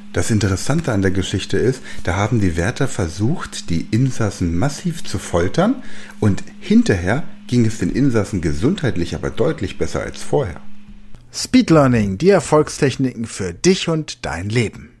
Das Interessante an der Geschichte ist, da haben die Wärter versucht, die Insassen massiv zu foltern und hinterher ging es den Insassen gesundheitlich aber deutlich besser als vorher. Speed Learning, die Erfolgstechniken für dich und dein Leben.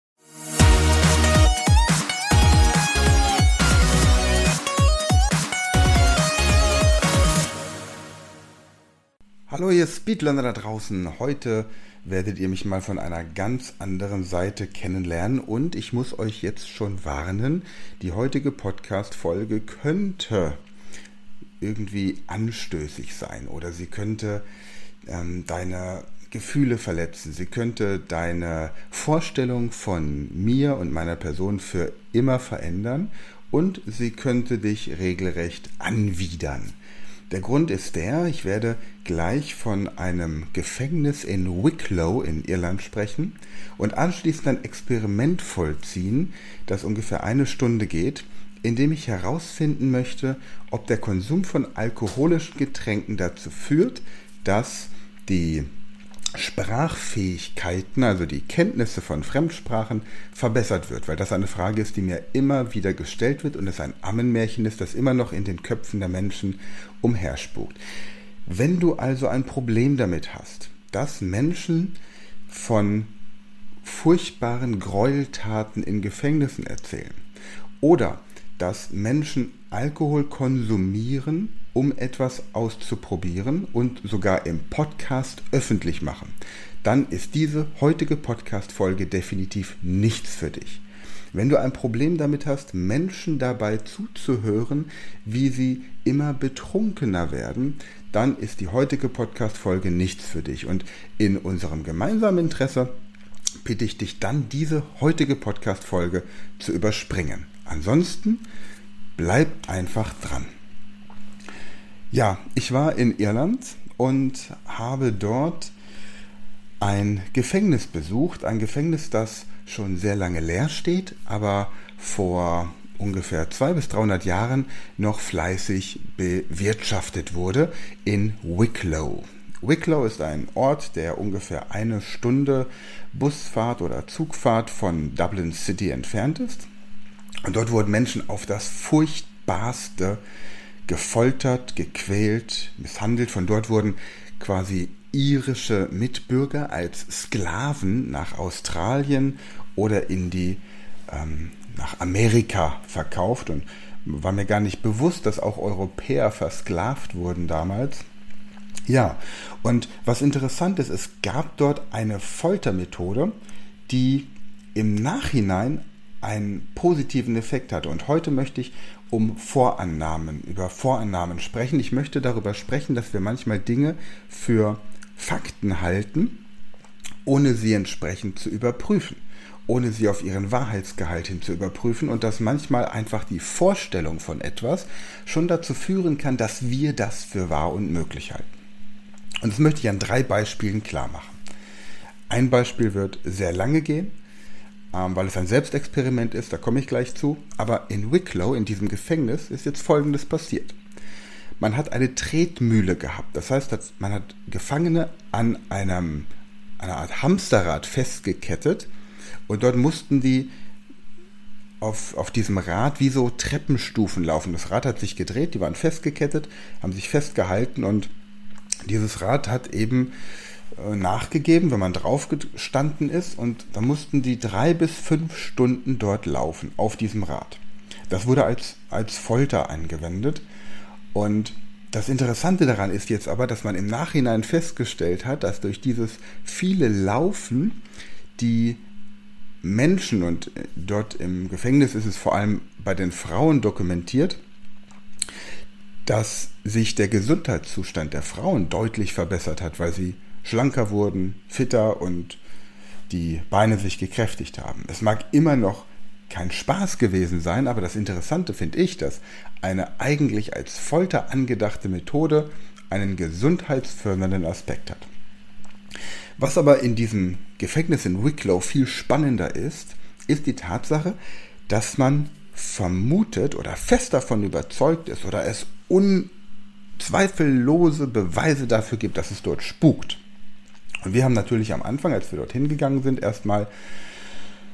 Hallo ihr Speedlearner da draußen, heute werdet ihr mich mal von einer ganz anderen Seite kennenlernen und ich muss euch jetzt schon warnen, die heutige Podcast-Folge könnte irgendwie anstößig sein oder sie könnte deine Gefühle verletzen, sie könnte deine Vorstellung von mir und meiner Person für immer verändern und sie könnte dich regelrecht anwidern. Der Grund ist der, ich werde gleich von einem Gefängnis in Wicklow in Irland sprechen und anschließend ein Experiment vollziehen, das ungefähr 1 Stunde geht, in dem ich herausfinden möchte, ob der Konsum von alkoholischen Getränken dazu führt, dass die Sprachfähigkeiten, also die Kenntnisse von Fremdsprachen, verbessert wird, weil das eine Frage ist, die mir immer wieder gestellt wird und es ein Ammenmärchen ist, das immer noch in den Köpfen der Menschen umherspukt. Wenn du also ein Problem damit hast, dass Menschen von furchtbaren Gräueltaten in Gefängnissen erzählen oder dass Menschen Alkohol konsumieren, um etwas auszuprobieren und sogar im Podcast öffentlich machen, dann ist diese heutige Podcast-Folge definitiv nichts für dich. Wenn du ein Problem damit hast, Menschen dabei zuzuhören, wie sie immer betrunkener werden, dann ist die heutige Podcast-Folge nichts für dich. Und in unserem gemeinsamen Interesse bitte ich dich dann, diese heutige Podcast-Folge zu überspringen. Ansonsten bleib einfach dran. Ja, ich war in Irland und habe dort ein Gefängnis besucht. Ein Gefängnis, das schon sehr lange leer steht, aber vor ungefähr 200 bis 300 Jahren noch fleißig bewirtschaftet wurde in Wicklow. Wicklow ist ein Ort, der ungefähr 1 Stunde Busfahrt oder Zugfahrt von Dublin City entfernt ist. Und dort wurden Menschen auf das Furchtbarste gefoltert, gequält, misshandelt. Von dort wurden quasi irische Mitbürger als Sklaven nach Australien oder nach Amerika verkauft. Und war mir gar nicht bewusst, dass auch Europäer versklavt wurden damals. Ja, und was interessant ist, es gab dort eine Foltermethode, die im Nachhinein einen positiven Effekt hatte. Und heute möchte ich über Vorannahmen sprechen. Ich möchte darüber sprechen, dass wir manchmal Dinge für Fakten halten, ohne sie entsprechend zu überprüfen, ohne sie auf ihren Wahrheitsgehalt hin zu überprüfen und dass manchmal einfach die Vorstellung von etwas schon dazu führen kann, dass wir das für wahr und möglich halten. Und das möchte ich an 3 Beispielen klar machen. Ein Beispiel wird sehr lange gehen, weil es ein Selbstexperiment ist, da komme ich gleich zu. Aber in Wicklow, in diesem Gefängnis, ist jetzt Folgendes passiert. Man hat eine Tretmühle gehabt. Das heißt, man hat Gefangene an einer Art Hamsterrad festgekettet und dort mussten die auf diesem Rad wie so Treppenstufen laufen. Das Rad hat sich gedreht, die waren festgekettet, haben sich festgehalten und dieses Rad hat eben nachgegeben, wenn man drauf gestanden ist und da mussten die 3 bis 5 Stunden dort laufen auf diesem Rad. Das wurde als Folter angewendet und das Interessante daran ist jetzt aber, dass man im Nachhinein festgestellt hat, dass durch dieses viele Laufen die Menschen, und dort im Gefängnis ist es vor allem bei den Frauen dokumentiert, dass sich der Gesundheitszustand der Frauen deutlich verbessert hat, weil sie schlanker wurden, fitter und die Beine sich gekräftigt haben. Es mag immer noch kein Spaß gewesen sein, aber das Interessante finde ich, dass eine eigentlich als Folter angedachte Methode einen gesundheitsfördernden Aspekt hat. Was aber in diesem Gefängnis in Wicklow viel spannender ist die Tatsache, dass man vermutet oder fest davon überzeugt ist oder es unzweifellose Beweise dafür gibt, dass es dort spukt. Und wir haben natürlich am Anfang, als wir dorthin gegangen sind, erstmal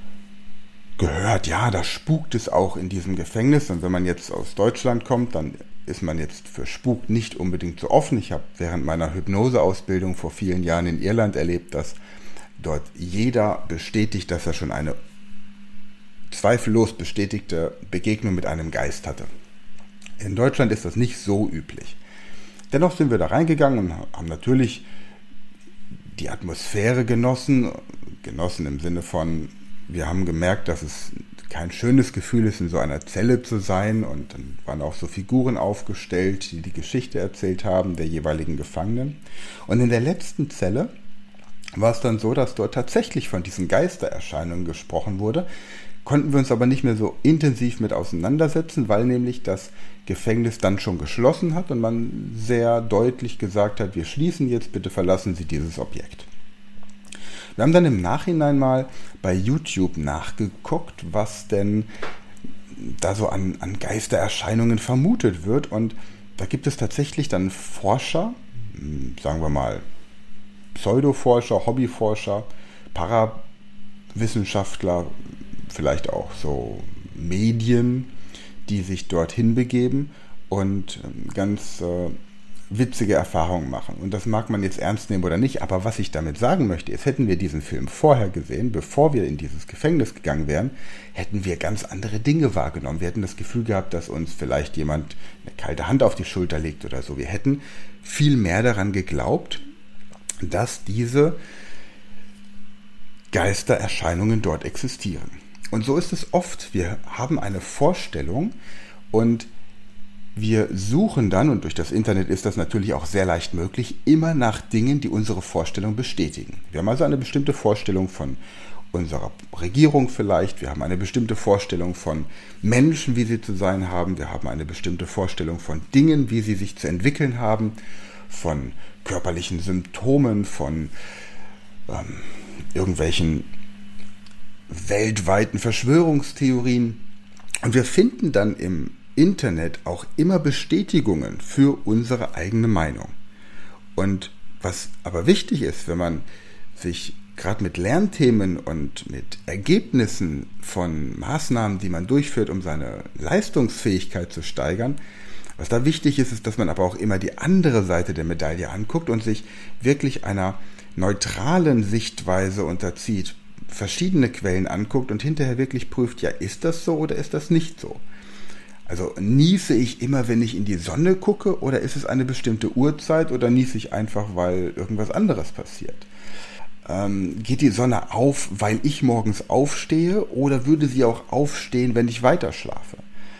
gehört, ja, da spukt es auch in diesem Gefängnis. Und wenn man jetzt aus Deutschland kommt, dann ist man jetzt für Spuk nicht unbedingt so offen. Ich habe während meiner Hypnoseausbildung vor vielen Jahren in Irland erlebt, dass dort jeder bestätigt, dass er schon eine zweifellos bestätigte Begegnung mit einem Geist hatte. In Deutschland ist das nicht so üblich. Dennoch sind wir da reingegangen und haben natürlich die Atmosphäre genossen im Sinne von, wir haben gemerkt, dass es kein schönes Gefühl ist, in so einer Zelle zu sein, und dann waren auch so Figuren aufgestellt, die die Geschichte erzählt haben der jeweiligen Gefangenen. Und in der letzten Zelle war es dann so, dass dort tatsächlich von diesen Geistererscheinungen gesprochen wurde, konnten wir uns aber nicht mehr so intensiv mit auseinandersetzen, weil nämlich das Gefängnis dann schon geschlossen hat und man sehr deutlich gesagt hat, wir schließen jetzt, bitte verlassen Sie dieses Objekt. Wir haben dann im Nachhinein mal bei YouTube nachgeguckt, was denn da so an Geistererscheinungen vermutet wird, und da gibt es tatsächlich dann Forscher, sagen wir mal Pseudoforscher, Hobbyforscher, Parawissenschaftler, vielleicht auch so Medien, die sich dorthin begeben und ganz witzige Erfahrungen machen. Und das mag man jetzt ernst nehmen oder nicht, aber was ich damit sagen möchte, ist, hätten wir diesen Film vorher gesehen, bevor wir in dieses Gefängnis gegangen wären, hätten wir ganz andere Dinge wahrgenommen. Wir hätten das Gefühl gehabt, dass uns vielleicht jemand eine kalte Hand auf die Schulter legt oder so. Wir hätten viel mehr daran geglaubt, dass diese Geistererscheinungen dort existieren. Und so ist es oft. Wir haben eine Vorstellung und wir suchen dann, und durch das Internet ist das natürlich auch sehr leicht möglich, immer nach Dingen, die unsere Vorstellung bestätigen. Wir haben also eine bestimmte Vorstellung von unserer Regierung vielleicht, wir haben eine bestimmte Vorstellung von Menschen, wie sie zu sein haben, wir haben eine bestimmte Vorstellung von Dingen, wie sie sich zu entwickeln haben, von körperlichen Symptomen, von irgendwelchen weltweiten Verschwörungstheorien. Und wir finden dann im Internet auch immer Bestätigungen für unsere eigene Meinung. Und was aber wichtig ist, wenn man sich gerade mit Lernthemen und mit Ergebnissen von Maßnahmen, die man durchführt, um seine Leistungsfähigkeit zu steigern, was da wichtig ist, ist, dass man aber auch immer die andere Seite der Medaille anguckt und sich wirklich einer neutralen Sichtweise unterzieht, verschiedene Quellen anguckt und hinterher wirklich prüft, ja, ist das so oder ist das nicht so? Also niese ich immer, wenn ich in die Sonne gucke, oder ist es eine bestimmte Uhrzeit, oder niese ich einfach, weil irgendwas anderes passiert? Geht die Sonne auf, weil ich morgens aufstehe, oder würde sie auch aufstehen, wenn ich weiter schlafe?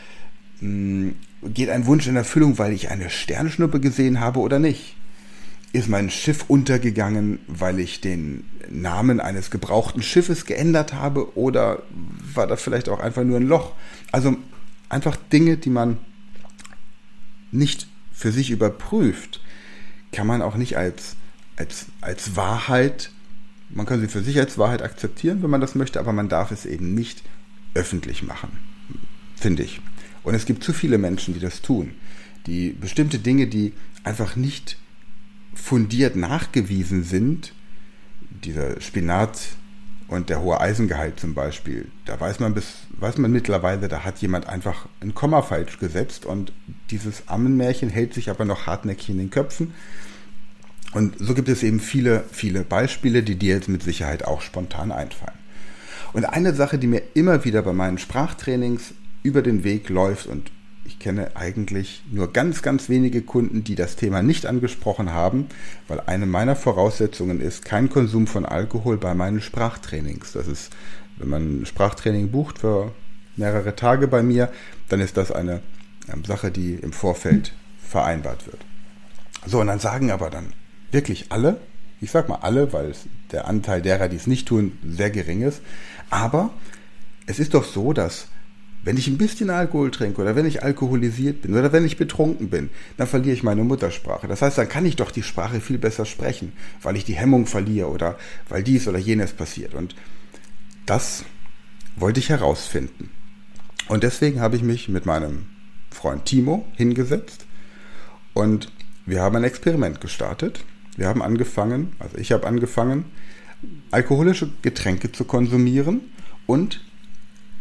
Geht ein Wunsch in Erfüllung, weil ich eine Sternschnuppe gesehen habe oder nicht? Ist mein Schiff untergegangen, weil ich den Namen eines gebrauchten Schiffes geändert habe, oder war das vielleicht auch einfach nur ein Loch? Also einfach Dinge, die man nicht für sich überprüft, kann man auch nicht als Wahrheit, man kann sie für sich als Wahrheit akzeptieren, wenn man das möchte, aber man darf es eben nicht öffentlich machen, finde ich. Und es gibt zu viele Menschen, die das tun, die bestimmte Dinge, die einfach nicht fundiert nachgewiesen sind, dieser Spinat und der hohe Eisengehalt zum Beispiel, da weiß man mittlerweile, da hat jemand einfach ein Komma falsch gesetzt, und dieses Ammenmärchen hält sich aber noch hartnäckig in den Köpfen. Und so gibt es eben viele, viele Beispiele, die dir jetzt mit Sicherheit auch spontan einfallen. Und eine Sache, die mir immer wieder bei meinen Sprachtrainings über den Weg läuft, und ich kenne eigentlich nur ganz, ganz wenige Kunden, die das Thema nicht angesprochen haben, weil eine meiner Voraussetzungen ist, kein Konsum von Alkohol bei meinen Sprachtrainings. Das ist, wenn man ein Sprachtraining bucht für mehrere Tage bei mir, dann ist das eine Sache, die im Vorfeld vereinbart wird. So, und dann sagen aber dann wirklich alle, ich sag mal alle, weil der Anteil derer, die es nicht tun, sehr gering ist, aber es ist doch so, dass wenn ich ein bisschen Alkohol trinke oder wenn ich alkoholisiert bin oder wenn ich betrunken bin, dann verliere ich meine Muttersprache. Das heißt, dann kann ich doch die Sprache viel besser sprechen, weil ich die Hemmung verliere oder weil dies oder jenes passiert. Und das wollte ich herausfinden. Und deswegen habe ich mich mit meinem Freund Timo hingesetzt und wir haben ein Experiment gestartet. Ich habe angefangen, alkoholische Getränke zu konsumieren und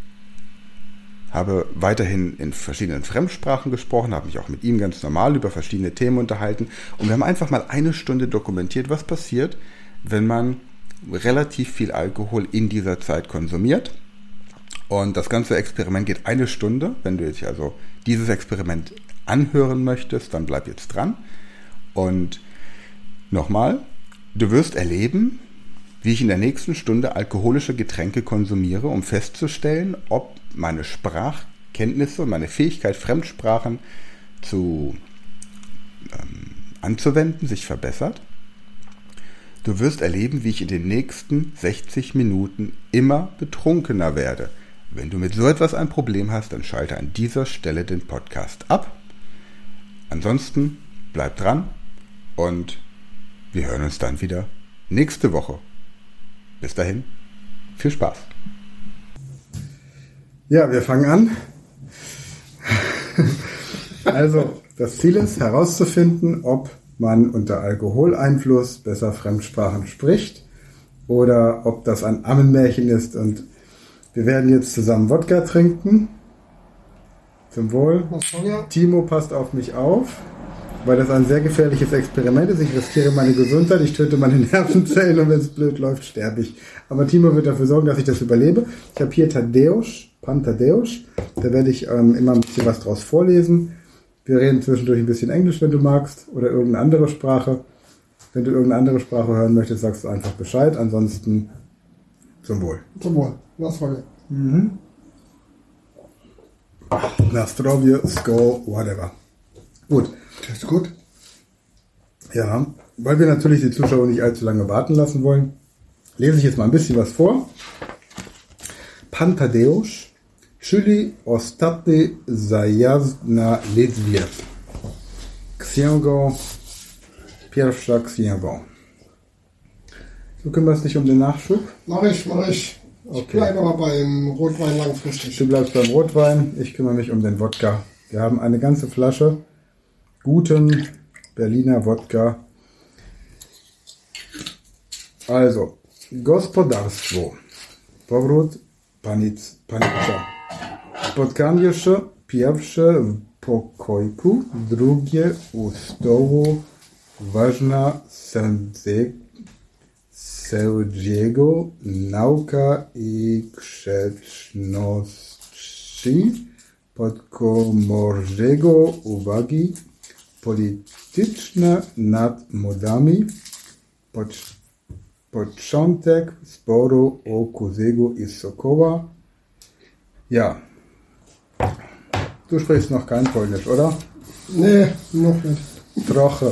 habe weiterhin in verschiedenen Fremdsprachen gesprochen, habe mich auch mit ihm ganz normal über verschiedene Themen unterhalten und wir haben einfach mal 1 Stunde dokumentiert, was passiert, wenn man relativ viel Alkohol in dieser Zeit konsumiert. Und das ganze Experiment geht 1 Stunde. Wenn du jetzt also dieses Experiment anhören möchtest, dann bleib jetzt dran. Und nochmal, du wirst erleben, wie ich in der nächsten Stunde alkoholische Getränke konsumiere, um festzustellen, ob meine Sprachkenntnisse und meine Fähigkeit, Fremdsprachen anzuwenden, sich verbessert. Du wirst erleben, wie ich in den nächsten 60 Minuten immer betrunkener werde. Wenn du mit so etwas ein Problem hast, dann schalte an dieser Stelle den Podcast ab. Ansonsten bleib dran und wir hören uns dann wieder nächste Woche. Bis dahin, viel Spaß. Ja, wir fangen an. Also, das Ziel ist herauszufinden, ob man unter Alkoholeinfluss besser Fremdsprachen spricht oder ob das ein Ammenmärchen ist. Und wir werden jetzt zusammen Wodka trinken. Zum Wohl. Timo passt auf mich auf, weil das ein sehr gefährliches Experiment ist. Ich riskiere meine Gesundheit, ich töte meine Nervenzellen und wenn es blöd läuft, sterbe ich. Aber Timo wird dafür sorgen, dass ich das überlebe. Ich habe hier Pantadeusz. Da werde ich immer ein bisschen was draus vorlesen. Wir reden zwischendurch ein bisschen Englisch, wenn du magst, oder irgendeine andere Sprache. Wenn du irgendeine andere Sprache hören möchtest, sagst du einfach Bescheid. Ansonsten zum Wohl. Zum Wohl. Was war Na zdrowie, skol, whatever. Gut. Das ist gut. Ja, weil wir natürlich die Zuschauer nicht allzu lange warten lassen wollen, lese ich jetzt mal ein bisschen was vor. Pantadeusz, czyli ostatni zajazd na Litwie. Księgo, pierwsza księgo. Du kümmerst dich um den Nachschub? Mach ich. Ich bleibe aber beim Rotwein langfristig. Du bleibst beim Rotwein, ich kümmere mich um den Wodka. Wir haben eine ganze Flasche guten Berliner Wodka. Also, gospodarstwo. Powrót panicza. Spotkanie się pierwsze w pokoiku, drugie u stołu. Ważna sędziego nauka i grzeczności, podkomornego uwagi polityczne nad modami, początek sporu o Kuzego i Sokoła. Ja, du sprichst noch kein Polnisch, oder? Nee, noch nicht. Troche.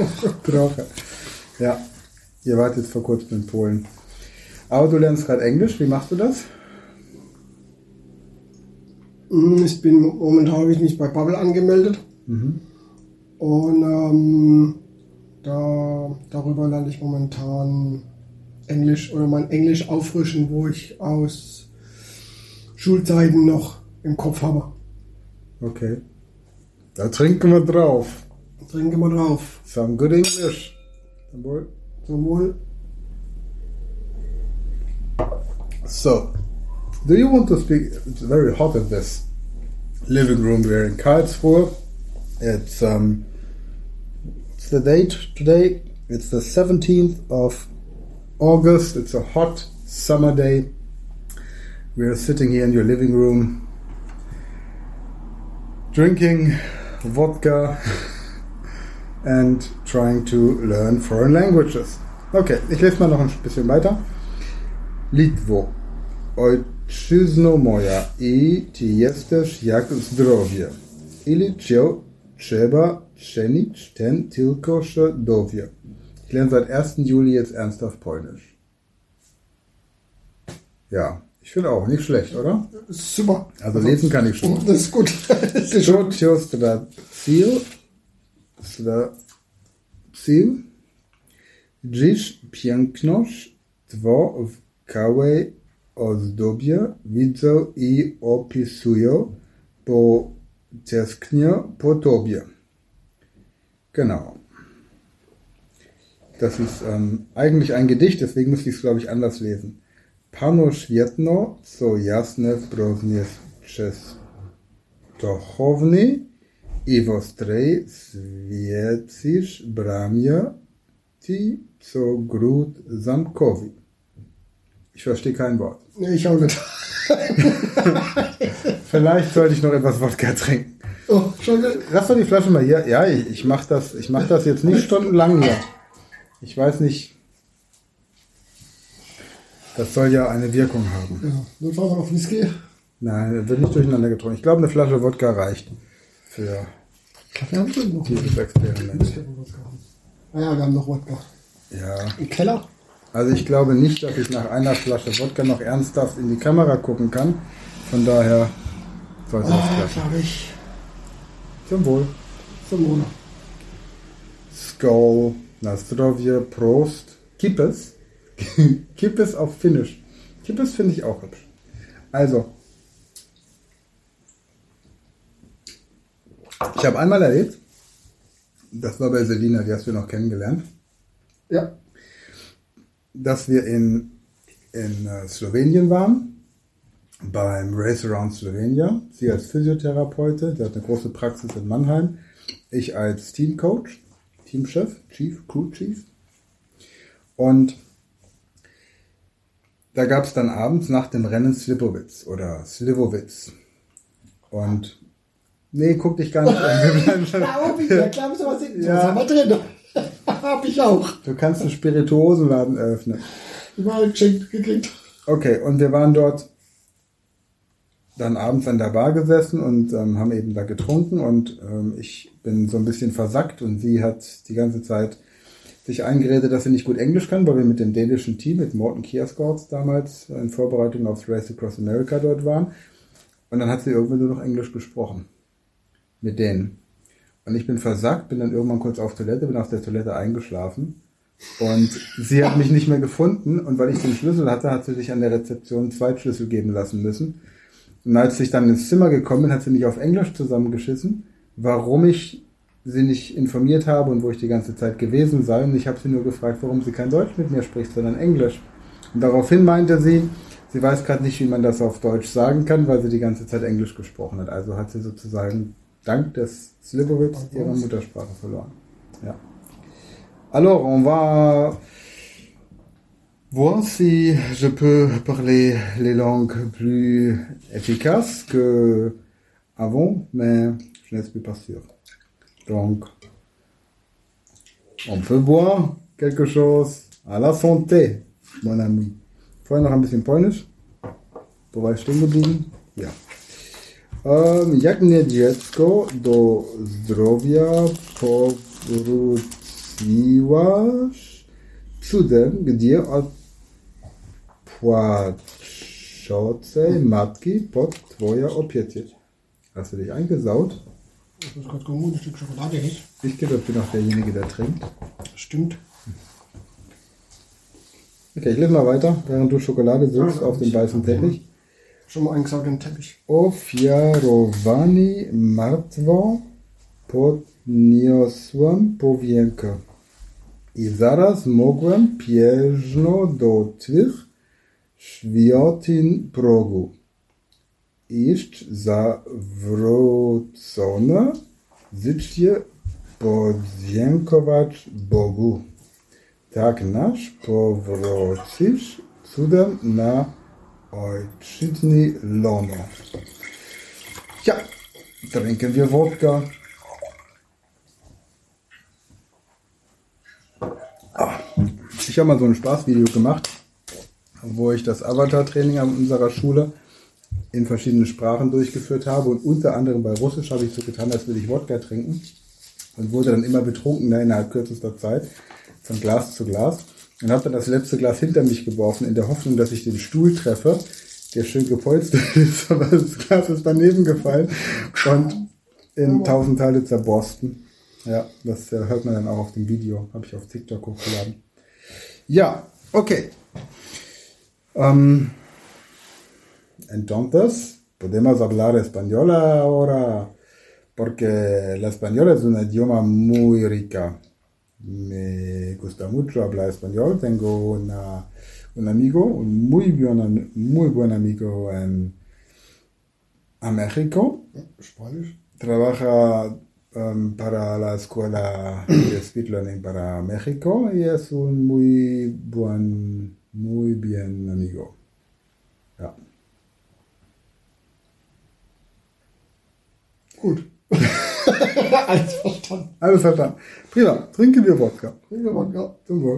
Ja, ihr wart jetzt vor kurzem in Polen. Aber du lernst gerade Englisch, wie machst du das? Ich bin momentan, habe ich mich bei Babbel angemeldet. Und darüber lerne ich momentan Englisch oder mein Englisch auffrischen, wo ich aus Schulzeiten noch im Kopf habe. Okay. Da trinken wir drauf. Trinken wir drauf. Some good English. Zum Wohl. So, do you want to speak? It's very hot in this living room. We're in Karlsruhe. It's what's the date today? It's the 17th of August. It's a hot summer day. We're sitting here in your living room, drinking vodka and trying to learn foreign languages. Okay, ich lese mal noch ein bisschen weiter. Litwo, ojczyzno moja, i ty jesteś jak zdrowie. Ili cię trzeba cenić, ten tylko się dowie. Ich lerne seit 1. Juli jetzt ernsthaft Polnisch. Ja, ich finde auch, nicht schlecht, oder? Super. Also lesen kann ich schon. Das ist gut. Co cię stracił? Dziś piękność two w całej ozdobie widzę i opisuję, bo tęsknię po tobie. Genau. Das ist eigentlich ein Gedicht, deswegen müsste ich es, glaube ich, anders lesen. Pano świetno, co jasne wprost Tochowny i Vostrej Swiecisz Bramia Ti co Grud Zamkowi. Ich verstehe kein Wort. Nee, ich auch nicht. Vielleicht sollte ich noch etwas Wodka trinken. Oh, schon. Lass doch die Flasche mal hier. Ja, ich mach das jetzt nicht stundenlang hier. Ich weiß nicht. Das soll ja eine Wirkung haben. Ja, nur fahren wir auf Whisky. Nein, wird nicht durcheinander getrunken. Ich glaube, eine Flasche Wodka reicht für Kaffee haben wir noch. dieses Experiment. Ah ja, wir haben noch Wodka. Ja. Im Keller? Also ich glaube nicht, dass ich nach einer Flasche Wodka noch ernsthaft in die Kamera gucken kann. Von daher sollte das klappen. Glaube ich. Zum Wohl. Zum Wohle. Skål, na zdrowie, Prost, Kippes. Kippes auf Finnisch. Kippes finde ich auch hübsch. Also, ich habe einmal erlebt, das war bei Selina, die hast du noch kennengelernt, Ja. dass wir in Slowenien waren, beim Race Around Slovenia. Sie als Physiotherapeutin, sie hat eine große Praxis in Mannheim. Ich als Teamcoach, Teamchef, Crew Chief. Und da gab es dann abends nach dem Rennen Slivovitz. Und nee, guck dich gar nicht an. Ja, klar, müssen wir was sehen. Ja. Was haben wir drin? Hab ich auch. Du kannst einen Spirituosenladen eröffnen. Ich war geschenkt gekriegt. Okay, und wir waren dort dann abends an der Bar gesessen und haben eben da getrunken und ich bin so ein bisschen versackt und sie hat die ganze Zeit sich eingeredet, dass sie nicht gut Englisch kann, weil wir mit dem dänischen Team, mit Morten Kiersgaards damals in Vorbereitung aufs Race Across America dort waren. Und dann hat sie irgendwann nur noch Englisch gesprochen. Mit denen. Und ich bin versackt, bin dann irgendwann kurz auf Toilette, bin auf der Toilette eingeschlafen. Und sie hat mich nicht mehr gefunden. Und weil ich den Schlüssel hatte, hat sie sich an der Rezeption 2 Schlüssel geben lassen müssen. Und als ich dann ins Zimmer gekommen bin, hat sie mich auf Englisch zusammengeschissen, warum ich sie nicht informiert habe und wo ich die ganze Zeit gewesen sei. Und ich habe sie nur gefragt, warum sie kein Deutsch mit mir spricht, sondern Englisch. Und daraufhin meinte sie, sie weiß gerade nicht, wie man das auf Deutsch sagen kann, weil sie die ganze Zeit Englisch gesprochen hat. Also hat sie sozusagen dank des Slivovitz ihre Muttersprache verloren. Ja. Alors, on va voir si je peux parler les langues plus efficaces que avant, mais je ne suis pas sûr. Donc, on peut boire quelque chose à la santé, mon ami. Vorher noch ein bisschen Polnisch. Wo war ich stehen geblieben? Ja. Jak mnie dziecko do zdrowia powróciłaś cudem, gdzie od płaczącej matki pod twoja opiecie. Hast du dich eingesaut? Ich muss gerade gucken, ein Stück Schokolade hätte. Ich bin auch derjenige, der trinkt. Stimmt. Okay, ich lese mal weiter, während du Schokolade suchst auf dem weißen Teppich. Schon mal eingesaugt im Teppich. Ofiarowani martwo podniosłem powiękę i zaraz mogłem bieżno do twych świątyń progu iść zawrócone życie podziękować Bogu. Tak nasz powrócisz cudem na ojczyzny lono. Ja, trinken wir Wodka. Ich habe mal so ein Spaßvideo gemacht, wo ich das Avatar-Training an unserer Schule in verschiedenen Sprachen durchgeführt habe und unter anderem bei Russisch habe ich so getan, als würde ich Wodka trinken und wurde dann immer betrunkener innerhalb kürzester Zeit von Glas zu Glas und habe dann das letzte Glas hinter mich geworfen in der Hoffnung, dass ich den Stuhl treffe, der schön gepolstert ist, aber das Glas ist daneben gefallen und in 1000 Teile zerborsten. Ja, das hört man dann auch auf dem Video, habe ich auf TikTok hochgeladen. Ja, okay. Entonces, podemos hablar español ahora, porque el español es un idioma muy rica. Me gusta mucho hablar español. Tengo un amigo, un muy buen amigo en México, Spanisch. Trabaja para la escuela de speed learning para México y es un muy bien amigo. Ja. Gut. Alles verstanden. Alles verstanden. Prima. Trinken wir Wodka. Trinken wir Wodka. Zum Wohl.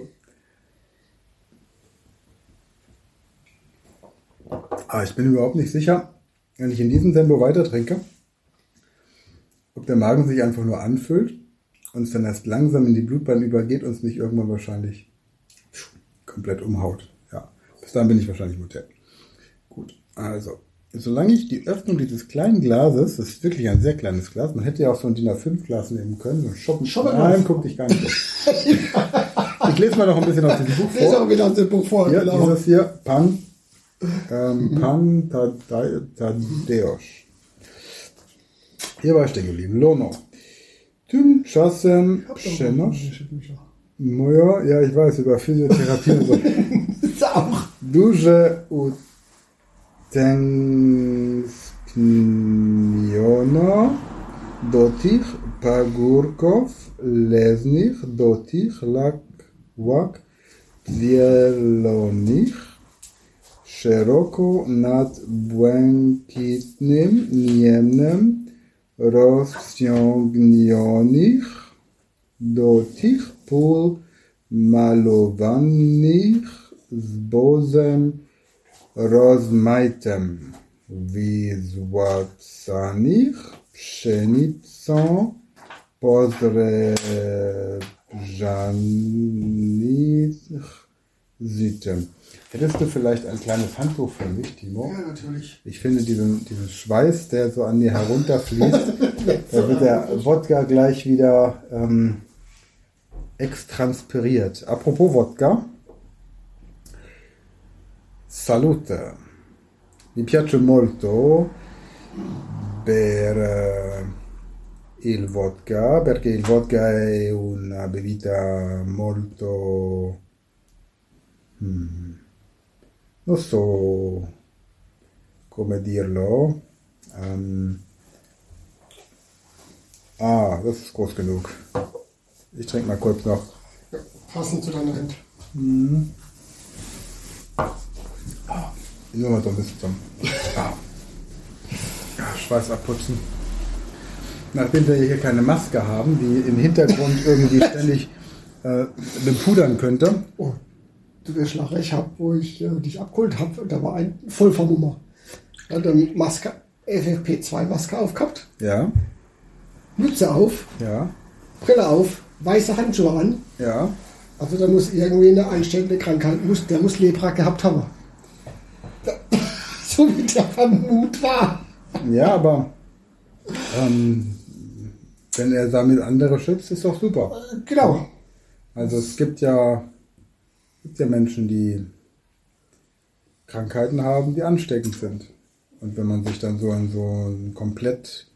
Ich bin überhaupt nicht sicher, wenn ich in diesem Tempo weiter trinke, ob der Magen sich einfach nur anfüllt und es dann erst langsam in die Blutbahn übergeht und es mich irgendwann wahrscheinlich komplett umhaut. Ja, bis dahin bin ich wahrscheinlich mutig. Gut, also, solange ich die Öffnung dieses kleinen Glases, das ist wirklich ein sehr kleines Glas, man hätte ja auch so ein DIN A5 Glas nehmen können, so ein Schoppen. Nein, guck dich gar nicht an. Ich lese mal noch ein bisschen aus dem Buch vor. Lese auch wieder aus dem Buch vor. Ja, genau. Dieses hier, Pan Tadeos. Hier war ich stehen geblieben. Lono. Tym czasem przenosz. Ja, ich weiß, über Physiotherapie und so. Ist auch. Duże utęskniono do tych pagórków leśnych, do tych łak zielonych, szeroko nad błękitnym niebem rozciągnionych, do tych pól malowanych zbozem rozmaitym, wyzłacanych pszenicą podrzeżanych Sitem. Hättest du vielleicht ein kleines Handtuch für mich, Timo? Ja, natürlich. Ich finde diesen Schweiß, der so an mir herunterfließt, da wird der Wodka gleich wieder extranspiriert. Apropos Wodka. Salute. Mi piace molto bere il vodka, perché il vodka è una bevita molto... non so come dirlo. Das ist groß genug. Ich trinke mal kurz noch. Ja, passend zu deiner Hand. Nur mal so ein bisschen zum Schweiß abputzen. Nachdem wir hier keine Maske haben, die im Hintergrund irgendwie ständig bepudern könnte. Oh, du wirst lachen. Ich habe, wo ich dich abgeholt habe, da war ein Vollformummer. Er hat eine Maske, FFP2-Maske aufgehabt. Ja. Mütze auf. Ja. Brille auf. Weiße Handschuhe an. Ja. Also da muss irgendwie eine ansteckende Krankheit, der muss Lepra gehabt haben. So wie der Vermut war. Ja, aber wenn er damit andere schützt, ist doch super. Genau. Also es gibt ja Menschen, die Krankheiten haben, die ansteckend sind. Und wenn man sich dann so in so ein komplett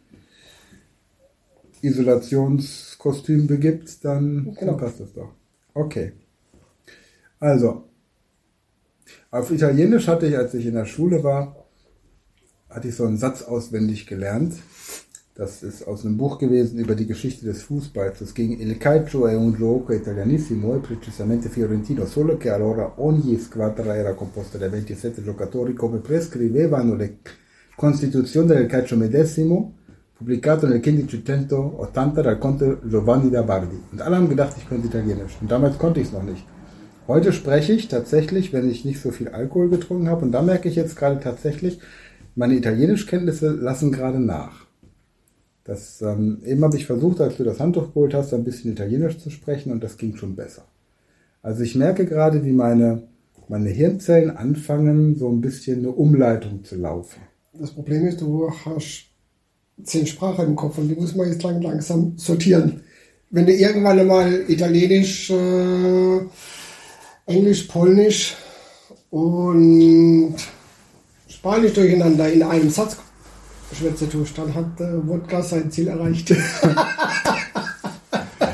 Isolationskostüm begibt, dann passt das doch. Okay. Also, auf Italienisch hatte ich, als ich in der Schule war, hatte ich so einen Satz auswendig gelernt. Das ist aus einem Buch gewesen über die Geschichte des Fußballs. Es ging: Il calcio è un gioco italianissimo e precisamente fiorentino, solo che allora ogni squadra era composta da 27 giocatori, come prescrivevano le Costituzioni del calcio medesimo, pubblicato nel 1580 dal Conte Giovanni da Bardi. Und alle haben gedacht, ich könnte Italienisch. Und damals konnte ich es noch nicht. Heute spreche ich tatsächlich, wenn ich nicht so viel Alkohol getrunken habe. Und da merke ich jetzt gerade tatsächlich, meine Italienischkenntnisse lassen gerade nach. Eben habe ich versucht, als du das Handtuch geholt hast, ein bisschen Italienisch zu sprechen und das ging schon besser. Also ich merke gerade, wie meine Hirnzellen anfangen, so ein bisschen eine Umleitung zu laufen. Das Problem ist, du hast 10 Sprachen im Kopf und die muss man jetzt langsam sortieren. Wenn du irgendwann einmal Italienisch, Englisch, Polnisch und Spanisch durcheinander in einem Satz schwätze tust, dann hat Wodka sein Ziel erreicht.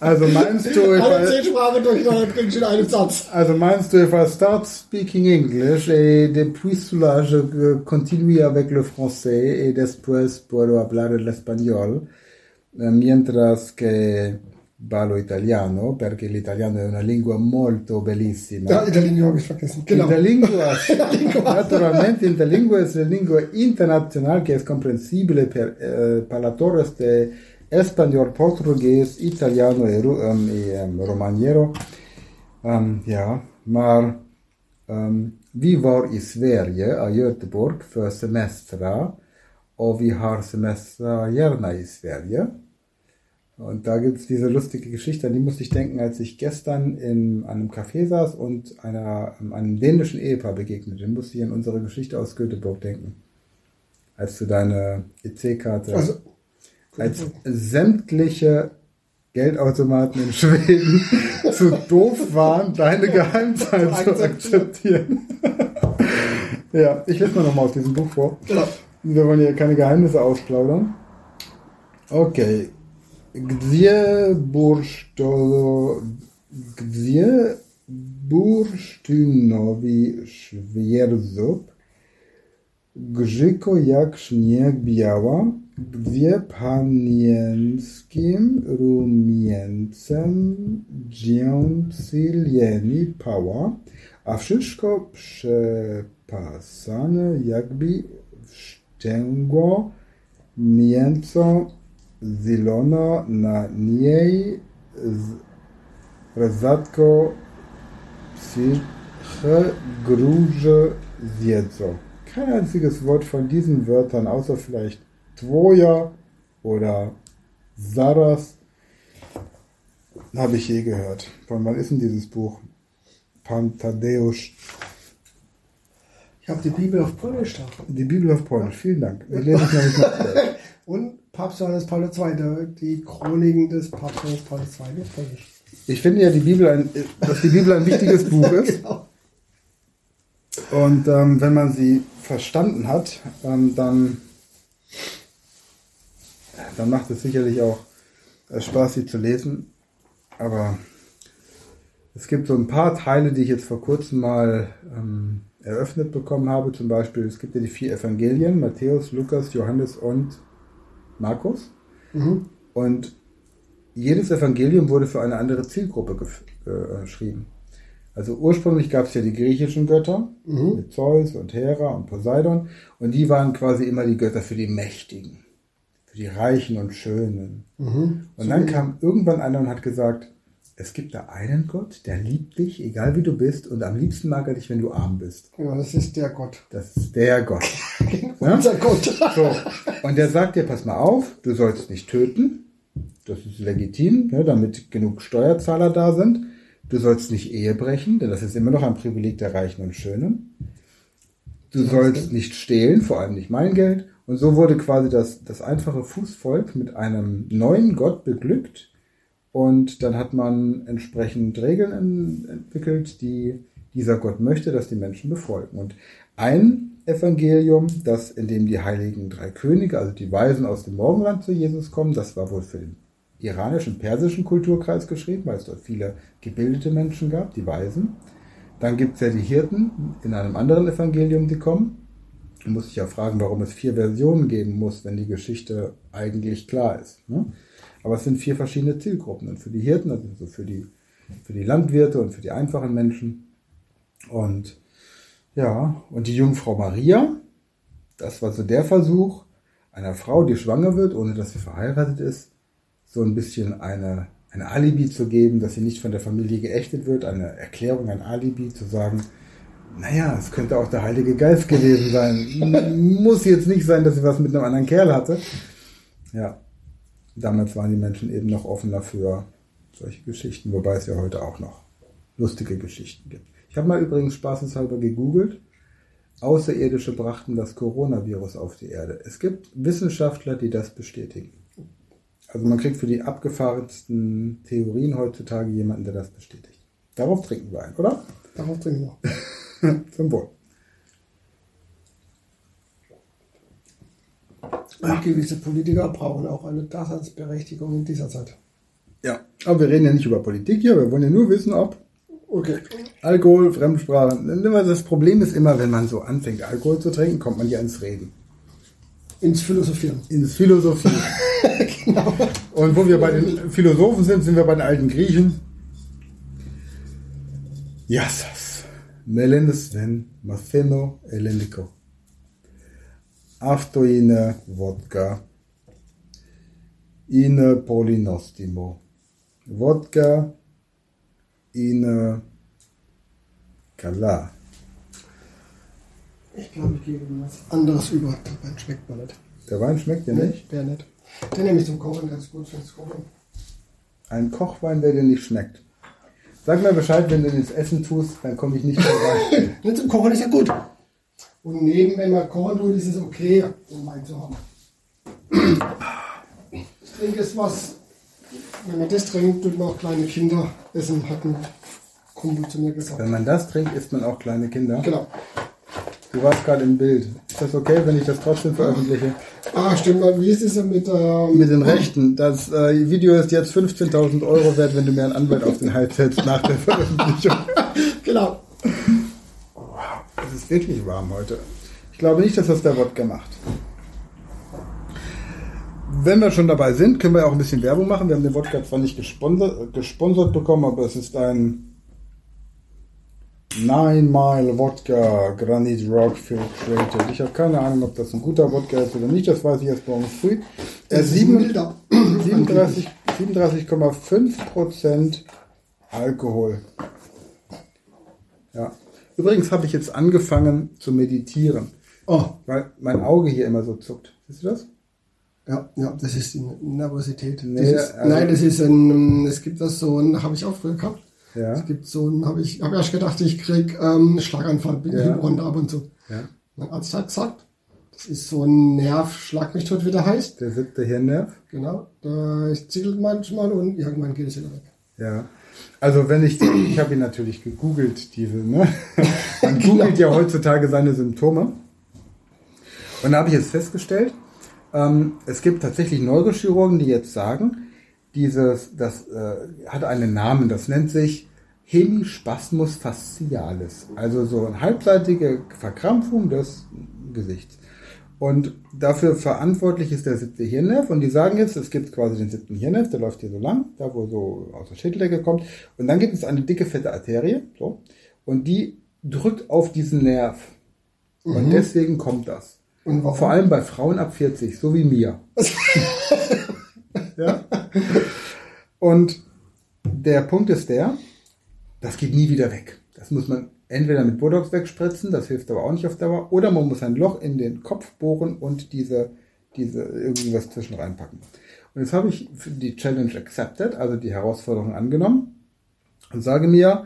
Also meinst du, Alle 10 Sprachen durcheinander bringst du in einem Satz. also meinst du, if I start speaking English et depuis cela je continue avec le français et después puedo hablar el español mientras que parlo italiano perché l'italiano è una lingua molto bellissima. Ja, Interlingua habe ich vergessen. Genau. Interlingua, naturalmente interlingua es la lingua internacional que es comprensible per parladores de español, portugués, italiano y romaniero. Ja, maar vi var i Sverige, av Göteborg, för semestrar och vi har semestrar gärna i Sverige. Und da gibt es diese lustige Geschichte, an die musste ich denken, als ich gestern in einem Café saß und einem dänischen Ehepaar begegnete. Dann musste ich an unsere Geschichte aus Göteborg denken. Als du deine EC-Karte, als sämtliche Geldautomaten in Schweden zu doof waren, deine Geheimzahl zu akzeptieren. Ja, ich lese mal nochmal aus diesem Buch vor. Genau. Wir wollen hier keine Geheimnisse ausplaudern. Okay. Gdzie bursztynowi świerzub, grzyko jak śnieg biała, gdzie panienskim rumieńcem dzięcyleni pała, a wszystko przepasane jakby wstęgło mięso zielona na niej rzadko psyche Gruże zjedzą. Kein einziges Wort von diesen Wörtern, außer vielleicht Twoja oder Saras, habe ich je gehört. Von wann ist denn dieses Buch? Pan Tadeusz. Ich habe die Bibel auf Polnisch da. Die Bibel auf Polnisch, vielen Dank. Die lese ich nämlich noch. Und Papst Johannes Paul II., die Chroniken des Papst Johannes Paul II. auf Polnisch. Ich finde ja, dass die Bibel ein wichtiges Buch ist. Genau. Und wenn man sie verstanden hat, dann macht es sicherlich auch Spaß, sie zu lesen. Aber es gibt so ein paar Teile, die ich jetzt vor kurzem mal eröffnet bekommen habe. Zum Beispiel, es gibt ja die 4 Evangelien, Matthäus, Lukas, Johannes und Markus. Mhm. Und jedes Evangelium wurde für eine andere Zielgruppe geschrieben. Also ursprünglich gab es ja die griechischen Götter, mit Zeus und Hera und Poseidon. Und die waren quasi immer die Götter für die Mächtigen, für die Reichen und Schönen. Mhm. Und dann kam irgendwann einer und hat gesagt, es gibt da einen Gott, der liebt dich, egal wie du bist, und am liebsten mag er dich, wenn du arm bist. Genau, das ist der Gott. Das ist der Gott. Unser Gott. So. Und der sagt dir, pass mal auf, du sollst nicht töten. Das ist legitim, ne, damit genug Steuerzahler da sind. Du sollst nicht Ehe brechen, denn das ist immer noch ein Privileg der Reichen und Schönen. Du sollst nicht stehlen, vor allem nicht mein Geld. Und so wurde quasi das einfache Fußvolk mit einem neuen Gott beglückt. Und dann hat man entsprechend Regeln entwickelt, die dieser Gott möchte, dass die Menschen befolgen. Und ein Evangelium, in dem die heiligen 3 Könige, also die Weisen aus dem Morgenland zu Jesus kommen, das war wohl für den iranischen, persischen Kulturkreis geschrieben, weil es dort viele gebildete Menschen gab, die Weisen. Dann gibt es ja die Hirten in einem anderen Evangelium, die kommen. Man muss sich ja fragen, warum es 4 Versionen geben muss, wenn die Geschichte eigentlich klar ist, ne? Aber es sind 4 verschiedene Zielgruppen. Und für die Hirten, also für die Landwirte und für die einfachen Menschen. Und ja, und die Jungfrau Maria, das war so der Versuch, einer Frau, die schwanger wird, ohne dass sie verheiratet ist, so ein bisschen eine Alibi zu geben, dass sie nicht von der Familie geächtet wird, eine Erklärung, ein Alibi zu sagen, naja, es könnte auch der Heilige Geist gewesen sein. Muss jetzt nicht sein, dass sie was mit einem anderen Kerl hatte. Ja. Damals waren die Menschen eben noch offener für solche Geschichten, wobei es ja heute auch noch lustige Geschichten gibt. Ich habe mal übrigens spaßeshalber gegoogelt. Außerirdische brachten das Coronavirus auf die Erde. Es gibt Wissenschaftler, die das bestätigen. Also man kriegt für die abgefahrensten Theorien heutzutage jemanden, der das bestätigt. Darauf trinken wir ein, oder? Darauf trinken wir. Zum Wohl. Und gewisse Politiker brauchen auch eine Daseinsberechtigung in dieser Zeit. Ja, Aber wir reden ja nicht über Politik hier, wir wollen ja nur wissen, ob Alkohol, Fremdsprachen. Das Problem ist immer, wenn man so anfängt, Alkohol zu trinken, kommt man ja ins Reden. Ins Philosophieren. Ins Philosophieren. Genau. Und wo wir bei den Philosophen sind, sind wir bei den alten Griechen. Yassas, Melenes Sven, Matheno, Elendiko. Aftoine Wodka. Ine Polinostimo. Wodka. Ine Kala. Ich glaube, ich gebe was anderes über. Der Wein schmeckt mir nicht. Der Wein schmeckt dir nicht? Der nicht. Den nehme ich zum Kochen ganz gut fürs Kochen. Ein Kochwein, der dir nicht schmeckt. Sag mir Bescheid, wenn du den ins Essen tust, dann komme ich nicht vorbei. Nicht zum Kochen ist ja gut. Und neben, wenn man kochen tut, ist es okay, um Wein zu haben. Ich trinke es was, wenn man das trinkt, tut man auch kleine Kinder essen, hat ein Kumpel zu mir gesagt. Wenn man das trinkt, isst man auch kleine Kinder. Genau. Du warst gerade im Bild. Ist das okay, wenn ich das trotzdem veröffentliche? Ah, stimmt. Wie ist es mit Mit den Rechten. Das Video ist jetzt 15.000 € wert, wenn du mir einen Anwalt auf den Hals setzt nach der Veröffentlichung. Genau. Es ist wirklich warm heute. Ich glaube nicht, dass das der Wodka macht. Wenn wir schon dabei sind, können wir auch ein bisschen Werbung machen. Wir haben den Wodka zwar nicht gesponsert bekommen, aber es ist ein 9 Mile Wodka Granite Rock Filtrated. Ich habe keine Ahnung, ob das ein guter Wodka ist oder nicht. Das weiß ich erst morgen früh. Er ist 37,5% Alkohol. Ja. Übrigens habe ich jetzt angefangen zu meditieren. Oh. Weil mein Auge hier immer so zuckt. Siehst du das? Ja, das ist die Nervosität. Nee, Das ist es gibt das so ein, habe ich auch früher gehabt. Ja. Es gibt so ein, habe erst gedacht, ich krieg einen Schlaganfall, bin ich im ab und zu. Ja. Mein Arzt hat gesagt, das ist so ein Nerv, schlag mich tot, wie der heißt. Der 7. Hirnnerv. Genau, da zittelt manchmal und irgendwann geht es wieder weg. Ja. Also wenn ich habe ihn natürlich gegoogelt, ne? Man googelt ja heutzutage seine Symptome. Und da habe ich jetzt festgestellt, es gibt tatsächlich Neurochirurgen, die jetzt sagen, das hat einen Namen, das nennt sich Hemispasmus fascialis, also so eine halbseitige Verkrampfung des Gesichts. Und dafür verantwortlich ist der 7. Hirnnerv und die sagen jetzt, es gibt quasi den 7. Hirnnerv, der läuft hier so lang, da wo so aus der Schädeldecke kommt und dann gibt es eine dicke, fette Arterie, so, und die drückt auf diesen Nerv und deswegen kommt das. Und vor allem bei Frauen ab 40, so wie mir. Ja. Und der Punkt ist das geht nie wieder weg. Das muss man entweder mit Botox wegspritzen, das hilft aber auch nicht auf Dauer, oder man muss ein Loch in den Kopf bohren und diese irgendwie was zwischen reinpacken. Und jetzt habe ich die Challenge accepted, also die Herausforderung angenommen und sage mir,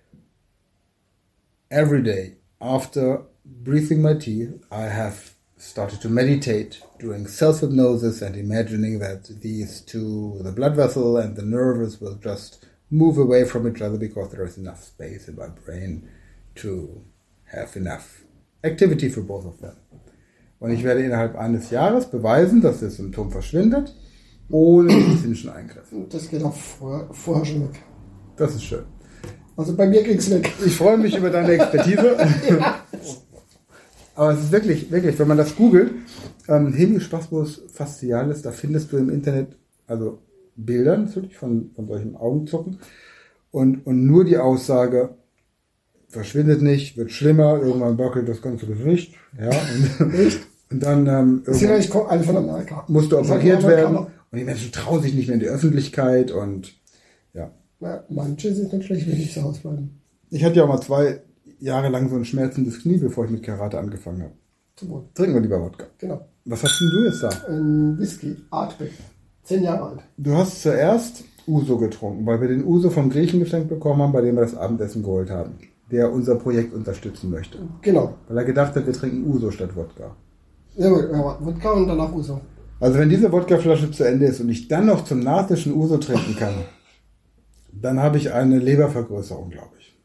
every day after breathing my teeth, I have started to meditate, doing self-hypnosis and imagining that these two, the blood vessel and the nerves, will just move away from each other because there is enough space in my brain to have enough activity for both of them. Und ich werde innerhalb eines Jahres beweisen, dass das Symptom verschwindet, ohne medizinischen Eingriff. Das geht auch vorher schon weg. Das ist schön. Also bei mir ging es weg. Ich freue mich über deine Expertise. Aber es ist wirklich, wenn man das googelt, Hemispasmus fascialis, da findest du im Internet also Bilder natürlich von solchen Augenzucken und nur die Aussage, verschwindet nicht, wird schlimmer, irgendwann wackelt das ganze Gesicht, ja, und dann musst du operiert werden und die Menschen trauen sich nicht mehr in die Öffentlichkeit und ja. Na, manche sind nicht schlecht, wenn die zu Hause bleiben. Ich hatte ja auch mal 2 Jahre lang so ein schmerzendes Knie, bevor ich mit Karate angefangen habe. Trinken wir lieber Wodka. Genau. Was hast denn du jetzt da? Ein Whisky, Artback, 10 Jahre alt. Du hast zuerst Uso getrunken, weil wir den Uso vom Griechen geschenkt bekommen haben, bei dem wir das Abendessen geholt haben, der unser Projekt unterstützen möchte. Genau. Weil er gedacht hat, wir trinken Uso statt Wodka. Ja, Wodka und danach Uso. Also wenn diese Wodkaflasche zu Ende ist und ich dann noch zum Nachtisch einen Uso trinken kann, dann habe ich eine Lebervergrößerung, glaube ich.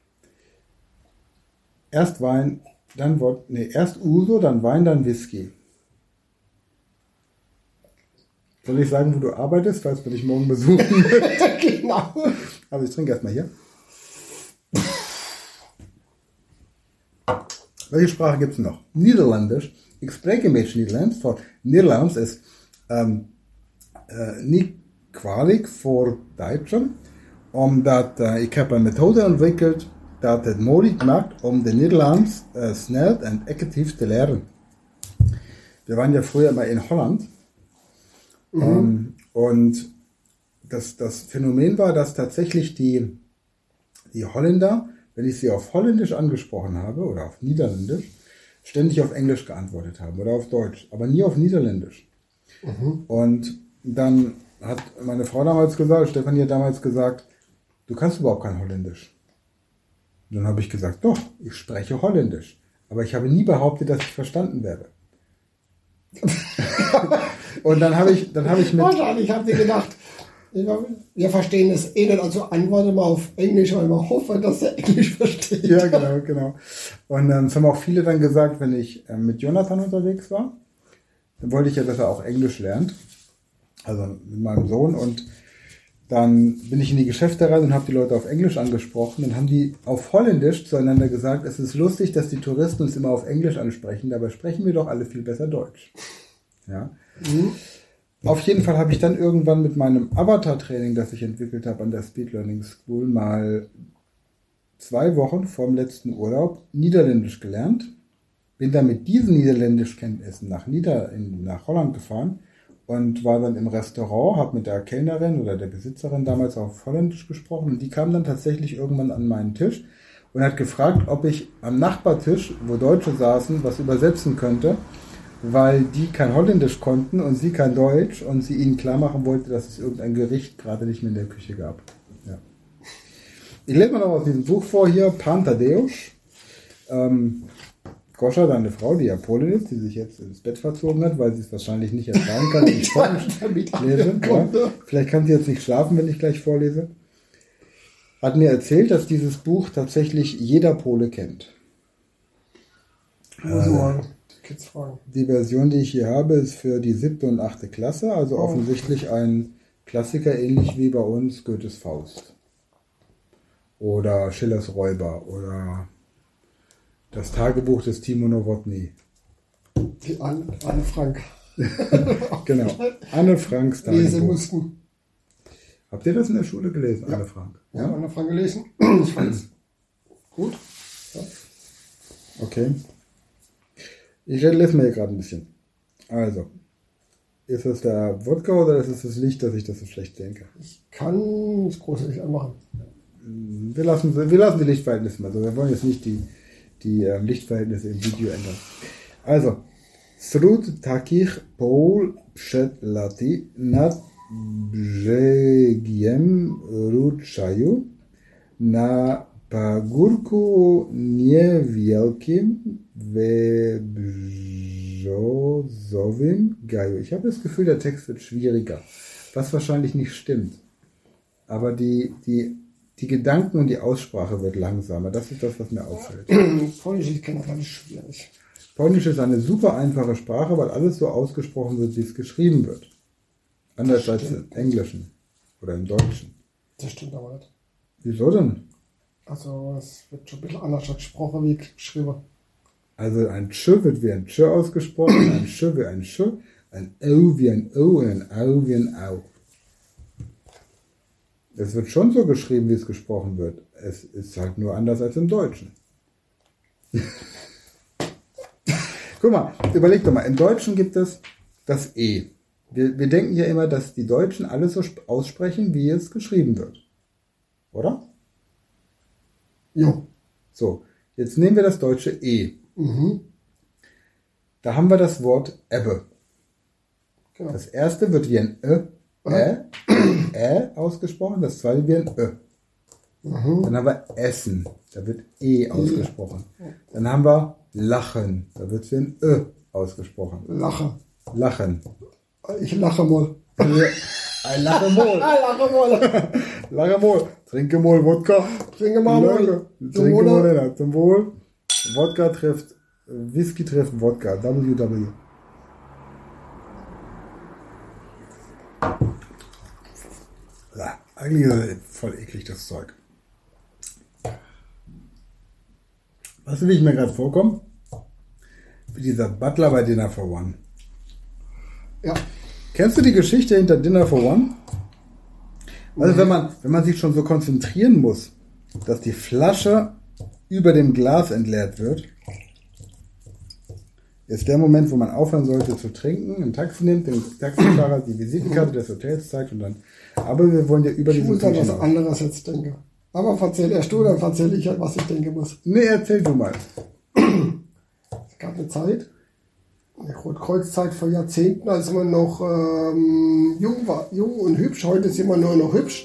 Erst Wein, erst Uso, dann Wein, dann Whisky. Soll ich sagen, wo du arbeitest, falls wir dich morgen besuchen? Genau. Aber ich trinke erstmal hier. Welche Sprache gibt es noch? Niederländisch. Ik spreek een beetje Nederlands. Voor Nederlands is niet kwalijk voor Duitsen. Omdat ik heb een methode ontwikkeld dat het mogelijk maakt om de Nederlands snel en effektiv te leren. Wir waren ja früher mal in Holland. Und das Phänomen war, dass tatsächlich die Holländer, wenn ich sie auf Holländisch angesprochen habe oder auf Niederländisch, ständig auf Englisch geantwortet haben oder auf Deutsch, aber nie auf Niederländisch. Und dann hat meine Frau damals gesagt, Stefanie hat damals gesagt, du kannst überhaupt kein Holländisch. Und dann habe ich gesagt, doch, ich spreche Holländisch. Aber ich habe nie behauptet, dass ich verstanden werde. Und dann habe ich mit... Wahrscheinlich habt ihr gedacht, wir verstehen das eh nicht, also antworte mal auf Englisch, weil wir hoffen, dass der Englisch versteht. Ja, genau. Und das haben auch viele dann gesagt, wenn ich mit Jonathan unterwegs war, dann wollte ich ja, dass er auch Englisch lernt. Also mit meinem Sohn. Und dann bin ich in die Geschäfte rein und habe die Leute auf Englisch angesprochen. Dann haben die auf Holländisch zueinander gesagt, es ist lustig, dass die Touristen uns immer auf Englisch ansprechen, dabei sprechen wir doch alle viel besser Deutsch. Ja. Auf jeden Fall habe ich dann irgendwann mit meinem Avatar-Training, das ich entwickelt habe an der Speed Learning School, mal 2 Wochen vorm letzten Urlaub Niederländisch gelernt. Bin dann mit diesen Niederländischkenntnissen nach Holland gefahren und war dann im Restaurant, habe mit der Kellnerin oder der Besitzerin damals auf Holländisch gesprochen und die kam dann tatsächlich irgendwann an meinen Tisch und hat gefragt, ob ich am Nachbartisch, wo Deutsche saßen, was übersetzen könnte, weil die kein Holländisch konnten und sie kein Deutsch und sie ihnen klar machen wollte, dass es irgendein Gericht gerade nicht mehr in der Küche gab. Ja. Ich lese mal noch aus diesem Buch vor hier, Pan Tadeusz. Goscha, deine Frau, die ja Polin ist, die sich jetzt ins Bett verzogen hat, weil sie es wahrscheinlich nicht ertragen kann, wenn ich vorlese. Ja. Vielleicht kann sie jetzt nicht schlafen, wenn ich gleich vorlese. Hat mir erzählt, dass dieses Buch tatsächlich jeder Pole kennt. Die Version, die ich hier habe, ist für die 7. und 8. Klasse, also offensichtlich ein Klassiker, ähnlich wie bei uns Goethes Faust. Oder Schillers Räuber oder das Tagebuch des Timo Nowotny. Die Anne Frank. Genau, Anne Franks Tagebuch. Lesen mussten. Habt ihr das in der Schule gelesen, ja. Anne Frank? Ja, Anne Frank gelesen. Ich fand's gut. Ja. Okay. Ich lese mir hier gerade ein bisschen. Also, ist es der Wodka oder ist es das Licht, dass ich das so schlecht denke? Ich kann das große Licht anmachen. Wir lassen die Lichtverhältnisse mal. Also wir wollen jetzt nicht die Lichtverhältnisse im Video ändern. Also, Srut takich Paul Pshetlati nad brzegiem Ruczaju na pagórku niewielkim w brzozowym gaju. Ich habe das Gefühl, der Text wird schwieriger, was wahrscheinlich nicht stimmt. Aber die Gedanken und die Aussprache wird langsamer. Das ist das, was mir auffällt. Polnisch ist generell schwierig. Polnisch ist eine super einfache Sprache, weil alles so ausgesprochen wird, wie es geschrieben wird. Anders als im Englischen oder im Deutschen. Das stimmt aber nicht. Wieso denn? Also es wird schon ein bisschen anders gesprochen wie geschrieben. Also ein Tsch wird wie ein Tsch ausgesprochen, ein Sch wie ein Sch, ein Au wie ein O und ein Au wie ein Au. Es wird schon so geschrieben, wie es gesprochen wird. Es ist halt nur anders als im Deutschen. Guck mal, überleg doch mal, im Deutschen gibt es das E. Wir denken ja immer, dass die Deutschen alles so aussprechen, wie es geschrieben wird. Oder? Jo. So, jetzt nehmen wir das deutsche E. Da haben wir das Wort Ebbe. Genau. Das erste wird wie ein ausgesprochen, das zweite wie ein Dann haben wir Essen, da wird E ausgesprochen. Dann haben wir Lachen, da wird wie ein ausgesprochen. Lachen. Ich lache mal. Ein lache mal. Lache mal. Trinke mal Wodka. Trinke mal. Trinke mal. Zum Wohl. Wodka trifft, Whisky trifft Wodka. WW. Eigentlich ist das voll eklig, das Zeug. Weißt du, wie ich mir gerade vorkomme? Wie dieser Butler bei Dinner for One. Ja. Kennst du die Geschichte hinter Dinner for One? Also wenn man sich schon so konzentrieren muss, dass die Flasche über dem Glas entleert wird, ist der Moment, wo man aufhören sollte zu trinken, ein Taxi nimmt, den Taxifahrer die Visitenkarte des Hotels zeigt und dann. Aber wir wollen ja über Ich diesen muss an Tisch was hinaus. anderes jetzt denken. Aber erzähl erst du, dann erzähl ich halt, was ich denken muss. Nee, erzähl du mal. Es gab eine Zeit, eine Rotkreuz-Zeit vor Jahrzehnten, als man noch jung war, jung und hübsch. Heute sind wir nur noch hübsch.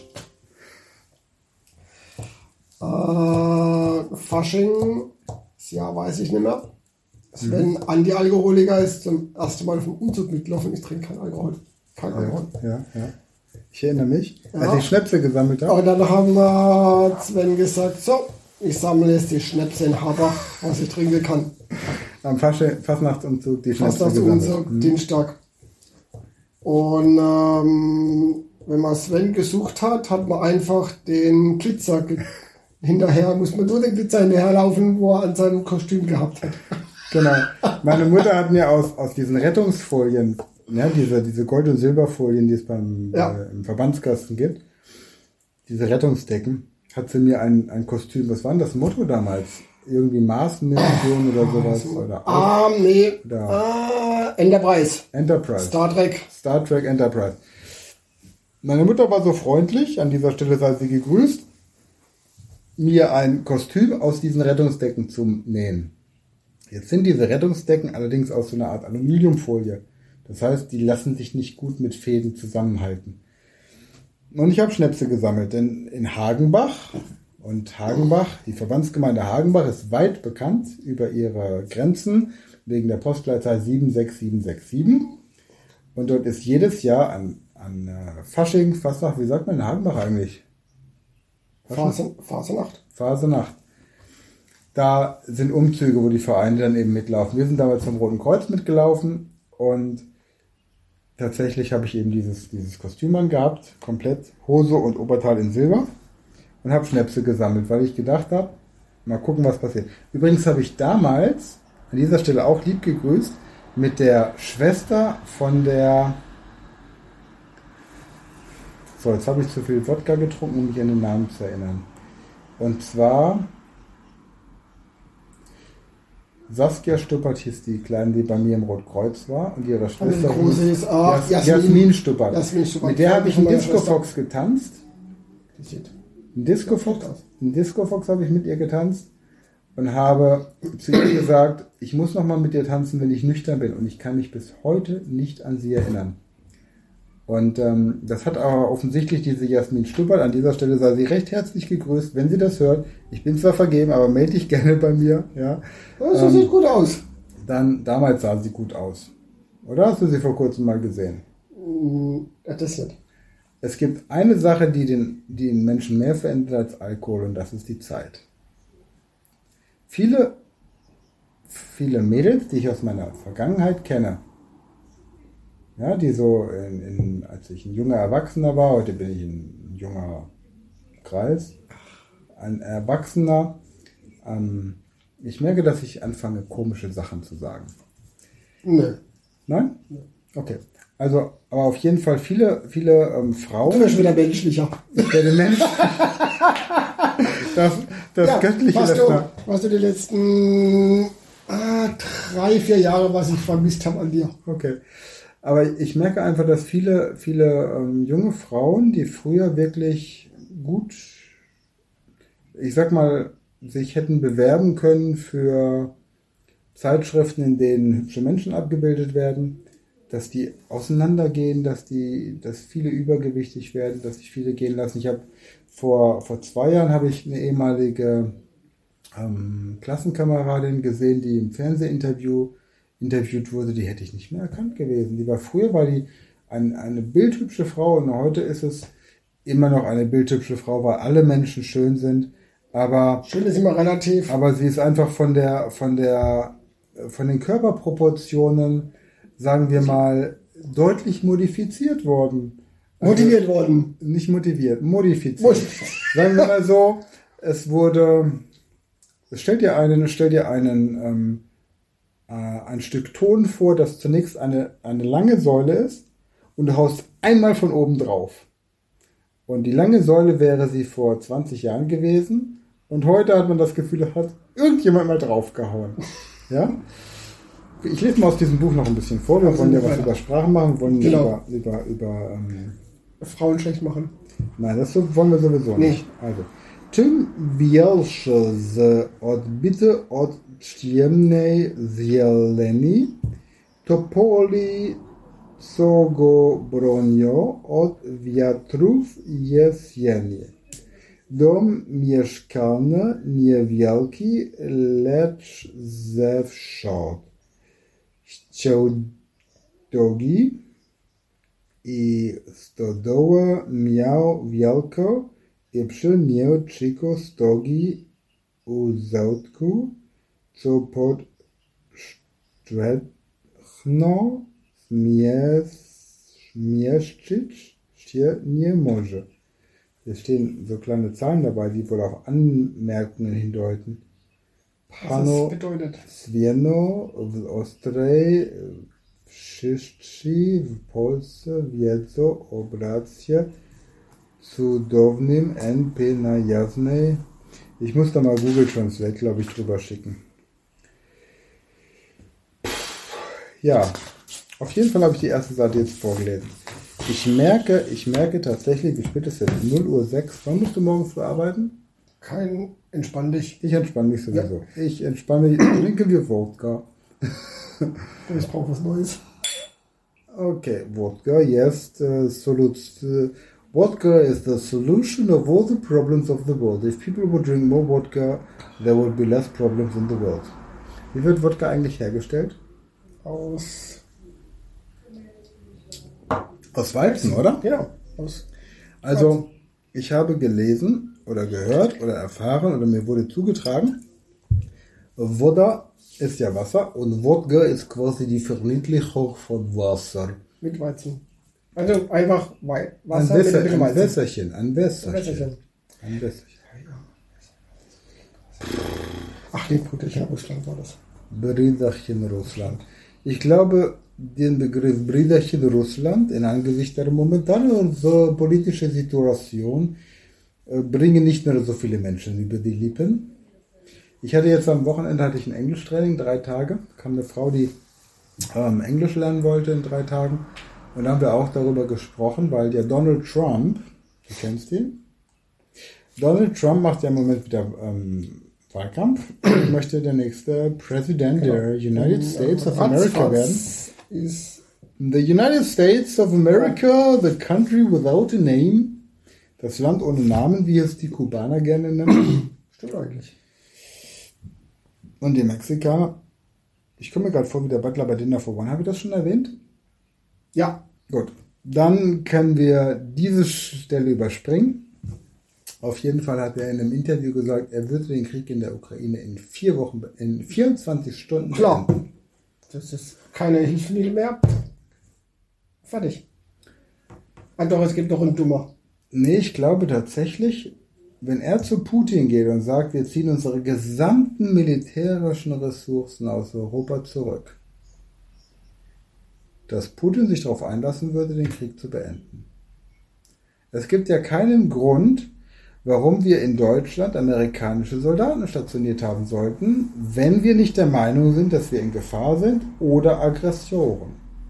Fasching, das Jahr weiß ich nicht mehr. Sven Anti-Alkoholiker ist zum ersten Mal auf dem Umzug mitgelaufen. Ich trinke kein Alkohol. Kein Alkohol. Ja. Ich erinnere mich, als Ja. ich Schnäpse gesammelt habe. Und dann haben wir Sven gesagt, so, ich sammle jetzt die Schnäpse in Habach, was ich trinken kann. Am Fastnachtsumzug die Schnäpse Fastnachtsumzug, Dienstag. Und wenn man Sven gesucht hat, hat man einfach den Glitzer hinterher, muss man nur den Glitzer hinterherlaufen, wo er an seinem Kostüm gehabt hat. Genau. Meine Mutter hat mir aus diesen Rettungsfolien, ja, diese Gold- und Silberfolien, die es im Verbandskasten gibt, diese Rettungsdecken, hat sie mir ein Kostüm, was war denn das Motto damals? Irgendwie Mars-Mission oder sowas? Oder Nee. Oder Enterprise. Enterprise. Star Trek Enterprise. Meine Mutter war so freundlich, an dieser Stelle sei sie gegrüßt, mir ein Kostüm aus diesen Rettungsdecken zu nähen. Jetzt sind diese Rettungsdecken allerdings aus so einer Art Aluminiumfolie. Das heißt, die lassen sich nicht gut mit Fäden zusammenhalten. Und ich habe Schnäpse gesammelt, denn in Hagenbach, die Verbandsgemeinde Hagenbach ist weit bekannt über ihre Grenzen wegen der Postleitzahl 76767. Und dort ist jedes Jahr an Fasching, Fastnacht, wie sagt man in Hagenbach eigentlich? Fasenacht. Da sind Umzüge, wo die Vereine dann eben mitlaufen. Wir sind damals zum Roten Kreuz mitgelaufen und tatsächlich habe ich eben dieses Kostüm angehabt, komplett Hose und Oberteil in Silber und habe Schnäpse gesammelt, weil ich gedacht habe, mal gucken, was passiert. Übrigens habe ich damals, an dieser Stelle auch lieb gegrüßt, mit der Schwester von der... So, jetzt habe ich zu viel Wodka getrunken, um mich an den Namen zu erinnern. Und zwar... Saskia Stuppert hieß die Kleine, die bei mir im Rotkreuz war, und ihre Schwester Jasmin Stuppert. Mit der habe ich einen Disco-Fox getanzt. Einen Disco-Fox habe ich mit ihr getanzt und habe zu ihr gesagt, ich muss noch mal mit dir tanzen, wenn ich nüchtern bin, und ich kann mich bis heute nicht an sie erinnern. Und das hat aber offensichtlich diese Jasmin Stuppert, an dieser Stelle sei sie recht herzlich gegrüßt, wenn sie das hört. Ich bin zwar vergeben, aber melde dich gerne bei mir. Ja. Das sieht gut aus. Damals sah sie gut aus. Oder hast du sie vor kurzem mal gesehen? Das nicht. Es gibt eine Sache, die den Menschen mehr verändert als Alkohol, und das ist die Zeit. Viele Mädels, die ich aus meiner Vergangenheit kenne, ja, die so, als ich ein junger Erwachsener war, heute bin ich ein junger Kreis, ein Erwachsener, ich merke, dass ich anfange, komische Sachen zu sagen. Nee. Nein? Okay. Also, aber auf jeden Fall viele Frauen... Du bist wieder menschlicher. Ich werde Mensch. Das Göttliche. Was du die letzten 3-4 Jahre, was ich vermisst habe an dir. Okay. Aber ich merke einfach, dass viele junge Frauen, die früher wirklich gut, ich sag mal, sich hätten bewerben können für Zeitschriften, in denen hübsche Menschen abgebildet werden, dass die auseinandergehen, dass viele übergewichtig werden, dass sich viele gehen lassen. Ich habe vor 2 Jahren habe ich eine ehemalige Klassenkameradin gesehen, die im Fernsehinterview interviewt wurde, die hätte ich nicht mehr erkannt gewesen. Früher war die eine bildhübsche Frau, und heute ist es immer noch eine bildhübsche Frau, weil alle Menschen schön sind, aber schön ist immer relativ. Aber sie ist einfach von den Körperproportionen, sagen wir mal, deutlich modifiziert worden. Motiviert worden. Nicht motiviert, modifiziert. Sagen wir mal so, stell dir ein Stück Ton vor, das zunächst eine lange Säule ist und du haust einmal von oben drauf. Und die lange Säule wäre sie vor 20 Jahren gewesen und heute hat man das Gefühl, da hat irgendjemand mal draufgehauen. Ja? Ich lese mal aus diesem Buch noch ein bisschen vor. Wir wollen ja was über Sprachen machen, wollen nicht über Frauen schlecht machen. Nein, das wollen wir sowieso nicht. Also, Tym większe z odbity od ciemnej zieleni, to poli, co go bronią od wiatrów jesieni. Dom mieszkalny niewielki, lecz zewsząd ściągi i stodoła miał wielko i przy niej czyko stogi u załtku, co pod szczetchną zmieszczyć się nie może. Hier stehen so kleine Zahlen dabei, die wohl auf Anmerkungen hindeuten. Pano Swieno w Ostrej wszyscy w Polsce wiedzą o bracie cudownym NP na jasnej. Ich muss da mal Google Translate, glaube ich, drüber schicken. Ja, auf jeden Fall habe ich die erste Seite jetzt vorgelesen. Ich merke tatsächlich, wie spät ist es jetzt? 0:06 Uhr. Wann musst du morgens früh arbeiten? Entspann dich. Ich entspanne mich sowieso. Ja. Ich entspanne mich. Trinken wir Wodka. Ich brauche was Neues. Okay, Wodka, yes. Vodka is the solution of all the problems of the world. If people would drink more vodka, there would be less problems in the world. Wie wird Wodka eigentlich hergestellt? Aus Weizen, oder? Ja, Also, ich habe gelesen oder gehört oder erfahren oder mir wurde zugetragen, Voda ist ja Wasser und Wodka ist quasi die Verniedlichung von Wasser. Mit Weizen. Also einfach Wasser Ein Wässerchen. Ach, die Brüderchen Russland war das. Brüderchen Russland. Ich glaube, den Begriff Brüderchen Russland in Angesicht der momentanen und so politischen Situation bringen nicht mehr so viele Menschen über die Lippen. Ich hatte jetzt am Wochenende ein Englischtraining, 3 Tage. Kam eine Frau, die Englisch lernen wollte in 3 Tagen. Und da haben wir auch darüber gesprochen, weil der Donald Trump, du kennst ihn? Donald Trump macht ja im Moment wieder Wahlkampf und möchte der nächste Präsident der United States of America werden. The United States of America, the country without a name. Das Land ohne Namen, wie es die Kubaner gerne nennen. Stimmt eigentlich. Und die Mexikaner. Ich komme mir gerade vor wie der Butler bei Dinner for One. Habe ich das schon erwähnt? Ja. Gut. Dann können wir diese Stelle überspringen. Auf jeden Fall hat er in einem Interview gesagt, er würde den Krieg in der Ukraine in 24 Stunden Klar. beenden. Das ist keine Hilfsmittel mehr. Fertig. Doch, es gibt doch einen Dummer. Nee, ich glaube tatsächlich, wenn er zu Putin geht und sagt, wir ziehen unsere gesamten militärischen Ressourcen aus Europa zurück, dass Putin sich darauf einlassen würde, den Krieg zu beenden. Es gibt ja keinen Grund, warum wir in Deutschland amerikanische Soldaten stationiert haben sollten, wenn wir nicht der Meinung sind, dass wir in Gefahr sind oder Aggressoren.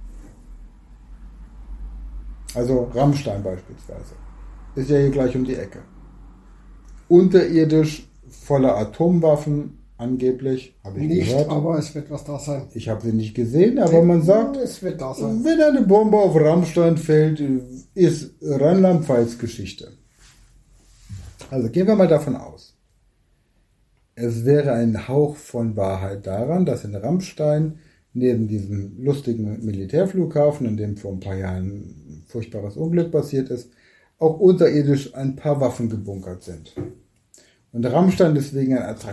Also Rammstein beispielsweise. Ist ja hier gleich um die Ecke. Unterirdisch, voller Atomwaffen, angeblich, habe ich nicht gehört. Aber es wird was da sein. Ich habe sie nicht gesehen, aber man sagt, es wird da sein. Wenn eine Bombe auf Rammstein fällt, ist Rheinland-Pfalz Geschichte. Also gehen wir mal davon aus. Es wäre ein Hauch von Wahrheit daran, dass in Rammstein neben diesem lustigen Militärflughafen, in dem vor ein paar Jahren ein furchtbares Unglück passiert ist, auch unterirdisch ein paar Waffen gebunkert sind. Und Rammstein deswegen ein attraktiveres Ziel für einen Raketenangriff wäre als Berlin.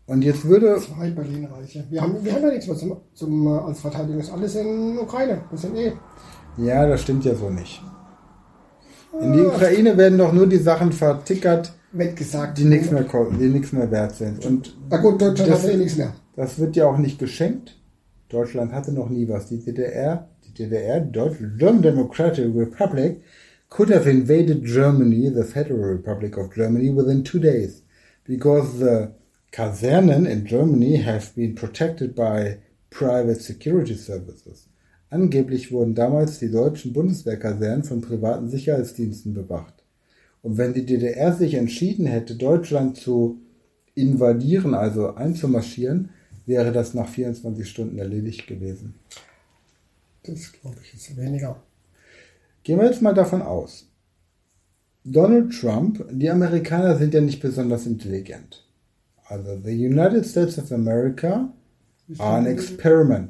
Und jetzt würde... 2 Berlin-Reiche. Wir haben ja nichts mehr als Verteidigung. Das ist alles in Ukraine. Das sind Ja, das stimmt ja so nicht. In die Ukraine werden doch nur die Sachen vertickert, weggesagt, die nichts mehr wert sind. Und na gut, Deutschland hat nichts mehr. Das wird ja auch nicht geschenkt. Deutschland hatte noch nie was. Die DDR, German Democratic Republic, could have invaded Germany, the Federal Republic of Germany, within 2 days, because the Kasernen in Germany have been protected by private security services. Angeblich wurden damals die deutschen Bundeswehrkasernen von privaten Sicherheitsdiensten bewacht. Und wenn die DDR sich entschieden hätte, Deutschland zu invadieren, also einzumarschieren, wäre das nach 24 Stunden erledigt gewesen. Das glaube ich jetzt weniger. Gehen wir jetzt mal davon aus. Donald Trump, die Amerikaner sind ja nicht besonders intelligent. Also, the United States of America are an experiment.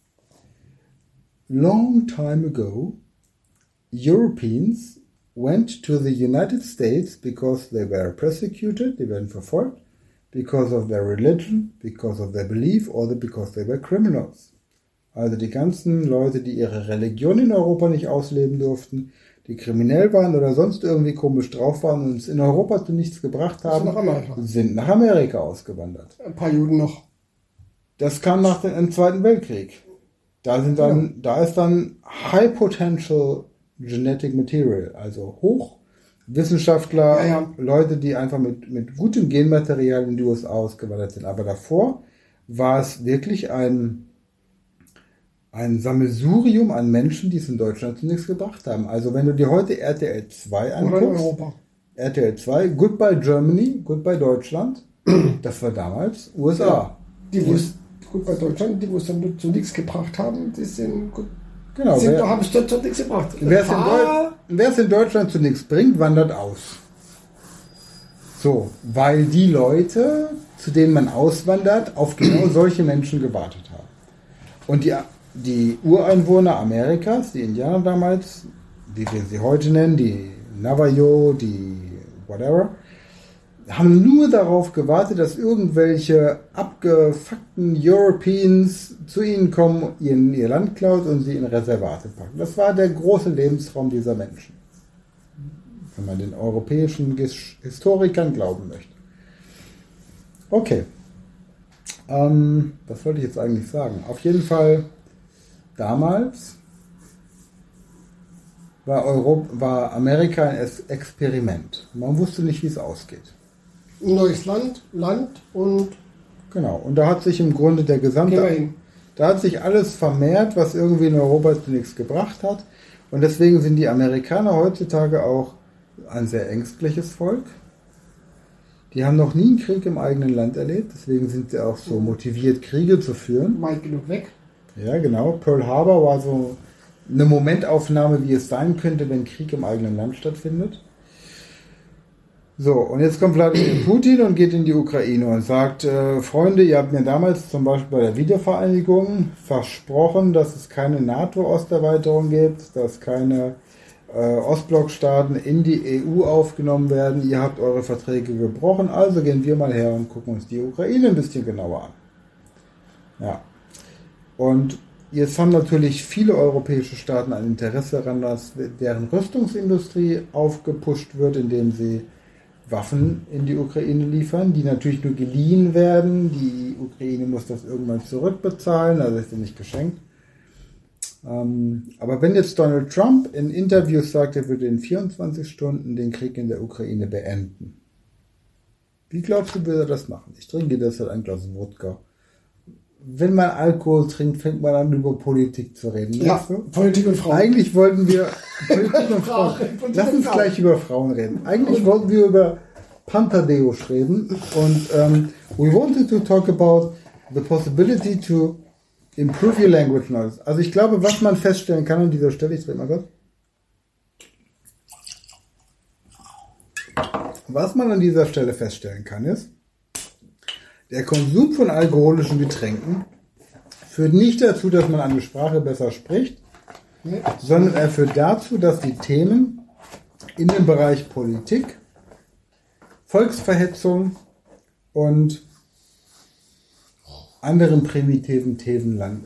Long time ago, Europeans went to the United States because they were persecuted, die werden verfolgt, because of their religion, because of their belief, or because they were criminals. Also die ganzen Leute, die ihre Religion in Europa nicht ausleben durften, die kriminell waren oder sonst irgendwie komisch drauf waren und es in Europa zu nichts gebracht haben, sind nach Amerika ausgewandert. Ein paar Juden noch. Das kam nach dem Zweiten Weltkrieg. Da ist dann High Potential Genetic Material, also Hochwissenschaftler, Leute, die einfach mit gutem Genmaterial in die USA ausgewandert sind. Aber davor war es wirklich ein Sammelsurium an Menschen, die es in Deutschland zu nichts gebracht haben. Also wenn du dir heute RTL 2 anguckst, RTL 2, Goodbye Germany, Goodbye Deutschland, das war damals USA. Ja, die wussten Goodbye Deutschland, die es dann zu nichts gebracht haben, die sind gut. Genau, haben es dort zu nichts gebracht. Wer es in Deutschland zu nichts bringt, wandert aus. So, weil die Leute, zu denen man auswandert, auf genau solche Menschen gewartet haben. Und die Ureinwohner Amerikas, die Indianer damals, wie wir sie heute nennen, die Navajo, die whatever, haben nur darauf gewartet, dass irgendwelche abgefuckten Europeans zu ihnen kommen, ihnen ihr Land klaut und sie in Reservate packen. Das war der große Lebensraum dieser Menschen. Wenn man den europäischen Historikern glauben möchte. Okay. Was wollte ich jetzt eigentlich sagen? Auf jeden Fall, damals war Amerika ein Experiment. Man wusste nicht, wie es ausgeht. Ein neues Land und... Genau, und da hat sich im Grunde da hat sich alles vermehrt, was irgendwie in Europa zu nichts gebracht hat. Und deswegen sind die Amerikaner heutzutage auch ein sehr ängstliches Volk. Die haben noch nie einen Krieg im eigenen Land erlebt, deswegen sind sie auch so motiviert, Kriege zu führen. Weit genug weg. Ja, genau. Pearl Harbor war so eine Momentaufnahme, wie es sein könnte, wenn Krieg im eigenen Land stattfindet. So, und jetzt kommt Wladimir Putin und geht in die Ukraine und sagt, Freunde, ihr habt mir damals zum Beispiel bei der Wiedervereinigung versprochen, dass es keine NATO-Osterweiterung gibt, dass keine Ostblockstaaten in die EU aufgenommen werden. Ihr habt eure Verträge gebrochen, also gehen wir mal her und gucken uns die Ukraine ein bisschen genauer an. Ja. Und jetzt haben natürlich viele europäische Staaten ein Interesse daran, dass deren Rüstungsindustrie aufgepusht wird, indem sie Waffen in die Ukraine liefern, die natürlich nur geliehen werden. Die Ukraine muss das irgendwann zurückbezahlen, also ist ja nicht geschenkt. Aber wenn jetzt Donald Trump in Interviews sagt, er würde in 24 Stunden den Krieg in der Ukraine beenden, wie glaubst du, würde er das machen? Ich trinke deshalb ein Glas Wodka. Wenn man Alkohol trinkt, fängt man an, über Politik zu reden. Ja, Politik und Frauen. Eigentlich wollten wir Politik und Frauen. Lass uns gleich über Frauen reden. Eigentlich wollten wir über Pantadeusz reden. Und we wanted to talk about the possibility to improve your language knowledge. Also ich glaube, was man feststellen kann an dieser Stelle, ich trinke mal kurz. Was man an dieser Stelle feststellen kann, ist, der Konsum von alkoholischen Getränken führt nicht dazu, dass man eine Sprache besser spricht, sondern er führt dazu, dass die Themen in dem Bereich Politik, Volksverhetzung und anderen primitiven Themen landen.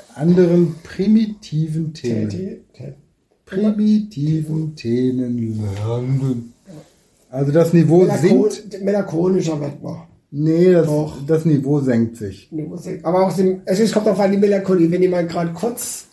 Also das Niveau sinkt. Melancholischer wird man. Nee, das Niveau senkt sich. Aber auch es kommt auf die Melancholie, wenn jemand gerade kurz...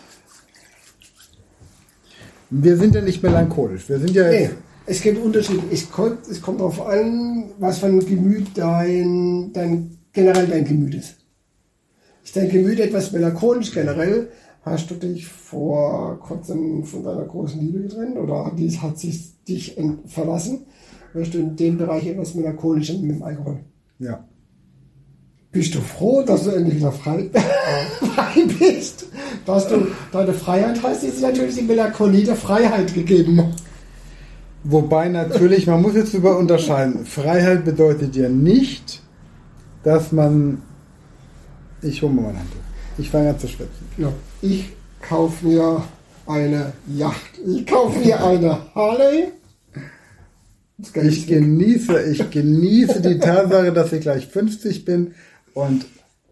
Wir sind ja nicht melancholisch. Wir sind ja jetzt... Nee, es gibt Unterschiede. Es kommt darauf an, was für ein Gemüt generell dein Gemüt ist. Ist dein Gemüt etwas melancholisch generell? Hast du dich vor kurzem von deiner großen Liebe getrennt oder hat sich dich verlassen? Wirst du in dem Bereich etwas melancholisch mit dem Alkohol? Ja. Bist du froh, dass du endlich wieder frei bist? Dass du deine Freiheit hast, ist natürlich die Melancholie der Freiheit gegeben. Wobei natürlich, man muss jetzt unterscheiden. Freiheit bedeutet ja nicht, dass man... Ich hole mir mein Handtuch. Ich fange an zu schwitzen. Ja, ich kaufe mir eine Yacht. Ich kaufe mir eine Harley. Ich genieße die Tatsache, dass ich gleich 50 bin und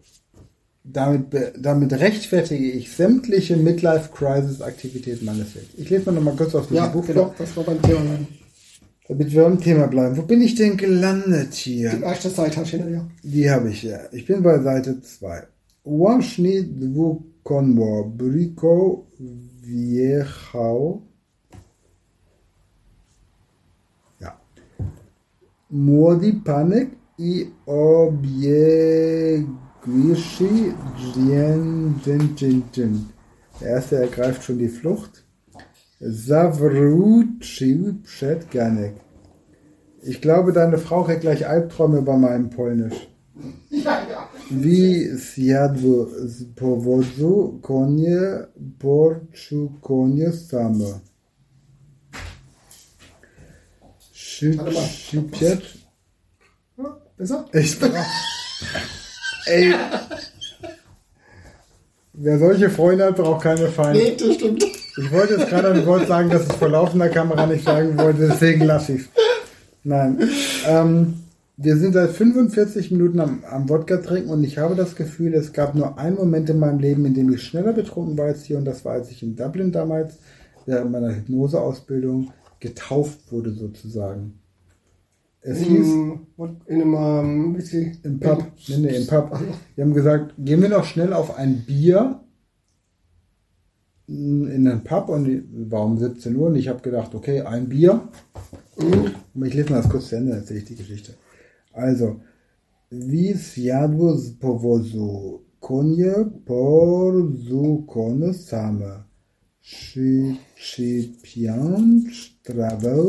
damit rechtfertige ich sämtliche Midlife-Crisis-Aktivitäten meines Lebens. Ich lese mal noch mal kurz aus diesem Buch vor. Das war beim Thema bleiben. Damit wir beim Thema bleiben. Wo bin ich denn gelandet hier? Die erste Seite hast du ja. Die habe ich ja. Ich bin bei Seite 2. Łącznie dwóch brico wjechał. Ja. Młody panek i obiegłszy dżin. Der erste ergreift schon die Flucht. Zawrócił przed ganek. Ich glaube, deine Frau hat gleich Albträume bei meinem Polnisch. Ja. Wie zjadł z powozu konie porczu konie same. Szypiać. Besser? Ey. Wer solche Freunde hat, braucht keine Feinde. Nee, das stimmt. Ich wollte jetzt gerade ein Wort sagen, das ich vor laufender Kamera nicht sagen wollte, deswegen lasse ich es. Nein. Wir sind seit 45 Minuten am Wodka trinken und ich habe das Gefühl, es gab nur einen Moment in meinem Leben, in dem ich schneller betrunken war als hier, und das war, als ich in Dublin damals während meiner Hypnoseausbildung getauft wurde sozusagen. Es hieß... Im Pub. Nee, im Pub. Wir haben gesagt, gehen wir noch schnell auf ein Bier in den Pub, und war um 17 Uhr und ich habe gedacht, okay, ein Bier. Ich lese mal das kurz zu Ende, dann erzähle ich die Geschichte. Also, wie zjadł z powozu konie porzu konie same. Szypiąc trawę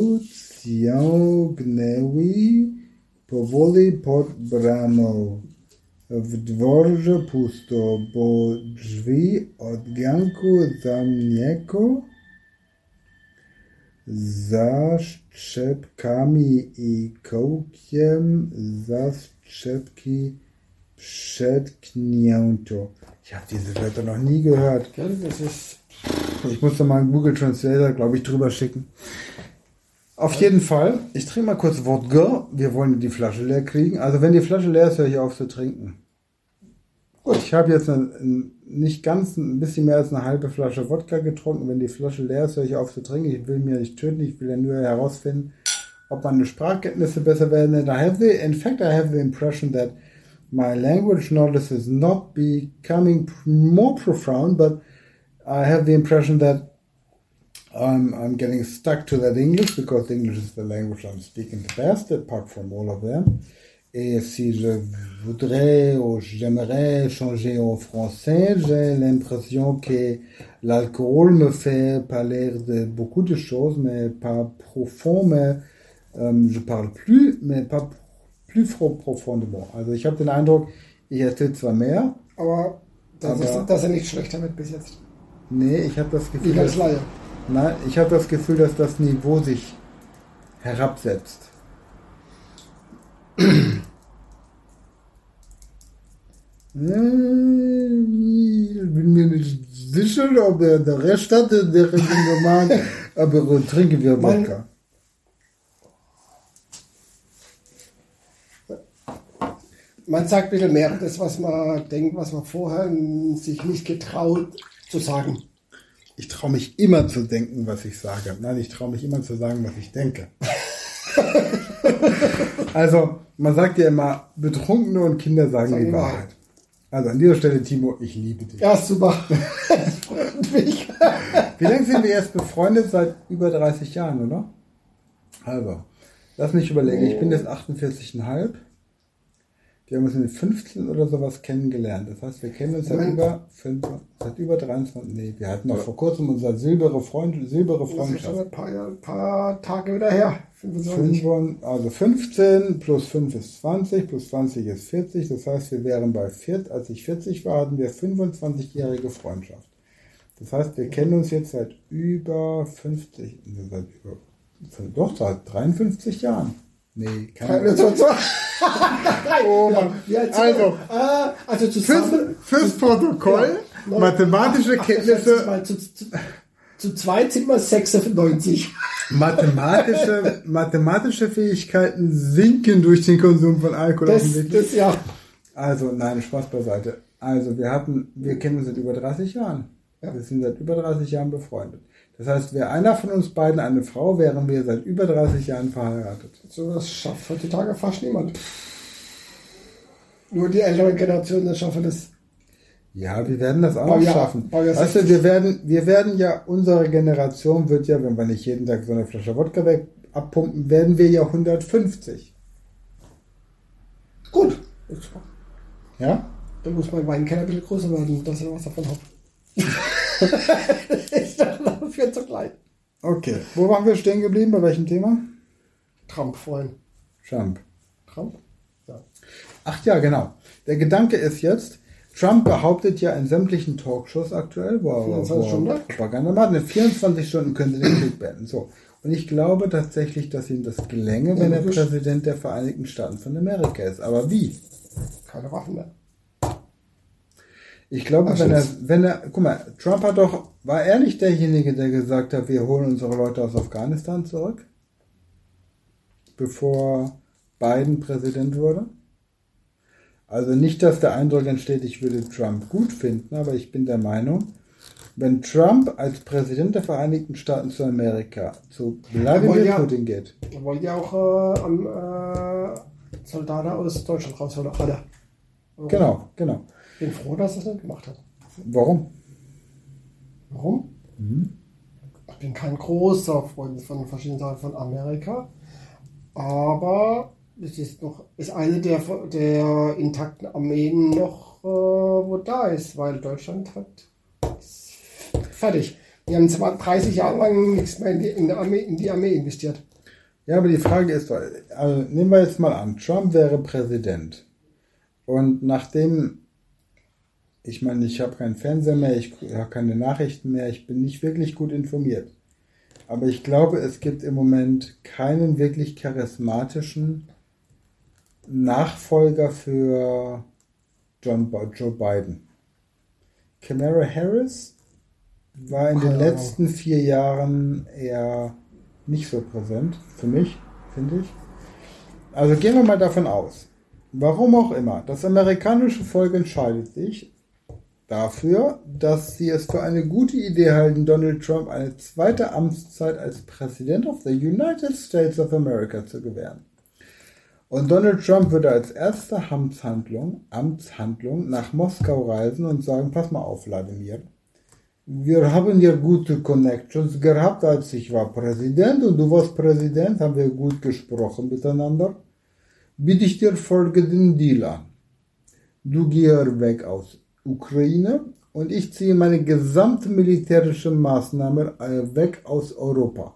ciągnęły powoli pod bramą. W dworze pusto, bo drzwi od ganku zamknięto. Za szczepkami i kołkiem Zaschepki przetknięto. Ich habe diese Wörter noch nie gehört. Ja, das ist... Ich muss da mal einen Google Translator, glaube ich, drüber schicken. Auf jeden Fall, ich trinke mal kurz Wodka. Wir wollen die Flasche leer kriegen. Also wenn die Flasche leer ist, höre ich auf zu trinken. Gut. Ich habe jetzt ein bisschen mehr als eine halbe Flasche Wodka getrunken. Wenn die Flasche leer ist, höre ich auf zu trinken. Ich will mir nicht töten, ich will ja nur herausfinden, ob meine Sprachkenntnisse besser werden. In fact, I have the impression that my language knowledge is not becoming more profound, but I have the impression that I'm getting stuck to that English, because English is the language I'm speaking the best, apart from all of them. Et si je voudrais ou j'aimerais changer en français, j'ai l'impression que l'alcool me fait parler de beaucoup de choses, mais pas profond, mais je parle plus, mais pas plus profondément. Also ich habe den Eindruck, ich erzähle zwar mehr, aber das ist nicht schlecht damit bis jetzt. Nee, ich habe das Gefühl, dass das Niveau sich herabsetzt. Ich bin mir nicht sicher, ob der Rest hat, der Roman, aber trinken wir Wodka. man sagt ein bisschen mehr, das, was man denkt, was man vorher sich nicht getraut zu sagen. Ich traue mich immer zu denken, was ich sage. Nein, ich traue mich immer zu sagen, was ich denke. Also, man sagt ja immer, Betrunkene und Kinder sagen die Wahrheit. Also an dieser Stelle, Timo, ich liebe dich. Ja, super. Das freut mich. Wie lange sind wir jetzt befreundet? Seit über 30 Jahren, oder? Also, lass mich überlegen. Ich bin jetzt 48,5. Wir haben uns mit 15 oder sowas kennengelernt. Das heißt, wir kennen uns seit über 23. Nee, wir hatten noch vor kurzem unsere silbere Freundschaft. Das ist schon ein paar Tage wieder her. 25. Also 15 plus 5 ist 20, plus 20 ist 40. Das heißt, wir wären bei 40, als ich 40 war, hatten wir 25-jährige Freundschaft. Das heißt, wir kennen uns jetzt seit über 50, seit 53 Jahren. Nee, keine Ahnung. Oh Mann. Also zusammen, fürs Protokoll, ja, mathematische Kenntnisse. Zu zweit sind wir 96. Mathematische Fähigkeiten sinken durch den Konsum von Alkohol. Das ja. Also, nein, Spaß beiseite. Also, wir kennen uns seit über 30 Jahren. Ja. Wir sind seit über 30 Jahren befreundet. Das heißt, wäre einer von uns beiden eine Frau, wären wir seit über 30 Jahren verheiratet. So was schafft heutzutage fast niemand. Nur die älteren Generationen schaffen das. Ja, wir werden das auch schaffen. Weißt du, wir werden ja, unsere Generation wird ja, wenn wir nicht jeden Tag so eine Flasche Wodka abpumpen, werden wir ja 150. Gut. Ja? Dann muss mein Weinkeller ein bisschen größer werden, dass er was davon hat. Das ist doch noch viel zu klein. Okay, wo waren wir stehen geblieben? Bei welchem Thema? Trump vorhin. Trump? Ja. Ach ja, genau. Der Gedanke ist jetzt, Trump behauptet ja in sämtlichen Talkshows aktuell, wo er Propaganda macht, in 24 Stunden können sie den Krieg beenden. So. Und ich glaube tatsächlich, dass ihm das gelänge, wenn er Präsident der Vereinigten Staaten von Amerika ist. Aber wie? Keine Waffen mehr. Ich glaube, wenn er, guck mal, Trump war er nicht derjenige, der gesagt hat, wir holen unsere Leute aus Afghanistan zurück? Bevor Biden Präsident wurde? Also nicht, dass der Eindruck entsteht, ich würde Trump gut finden, aber ich bin der Meinung, wenn Trump als Präsident der Vereinigten Staaten zu Amerika, zu Wladimir Putin geht. Er wollte ja auch Soldaten aus Deutschland rausholen. Genau. Ich bin froh, dass er es nicht gemacht hat. Warum? Ich bin kein großer Freund von verschiedenen Seiten von Amerika, aber es ist eine der intakten Armeen noch, wo da ist, weil Deutschland ist fertig. Die haben zwar 30 Jahre lang nichts mehr in die Armee investiert. Ja, aber die Frage ist, also nehmen wir jetzt mal an, Trump wäre Präsident und nachdem, ich meine, ich habe keinen Fernseher mehr, ich habe keine Nachrichten mehr, ich bin nicht wirklich gut informiert. Aber ich glaube, es gibt im Moment keinen wirklich charismatischen Nachfolger für Joe Biden. Kamala Harris war in den letzten 4 Jahren eher nicht so präsent, für mich, finde ich. Also gehen wir mal davon aus, warum auch immer, das amerikanische Volk entscheidet sich dafür, dass sie es für eine gute Idee halten, Donald Trump eine zweite Amtszeit als President of the United States of America zu gewähren. Und Donald Trump würde als erste Amtshandlung nach Moskau reisen und sagen, pass mal auf, Wladimir, wir haben ja gute Connections gehabt, als ich war Präsident und du warst Präsident, haben wir gut gesprochen miteinander. Bitte ich dir folgenden Deal an. Du gehst weg aus Ukraine und ich ziehe meine gesamte militärische Maßnahme weg aus Europa.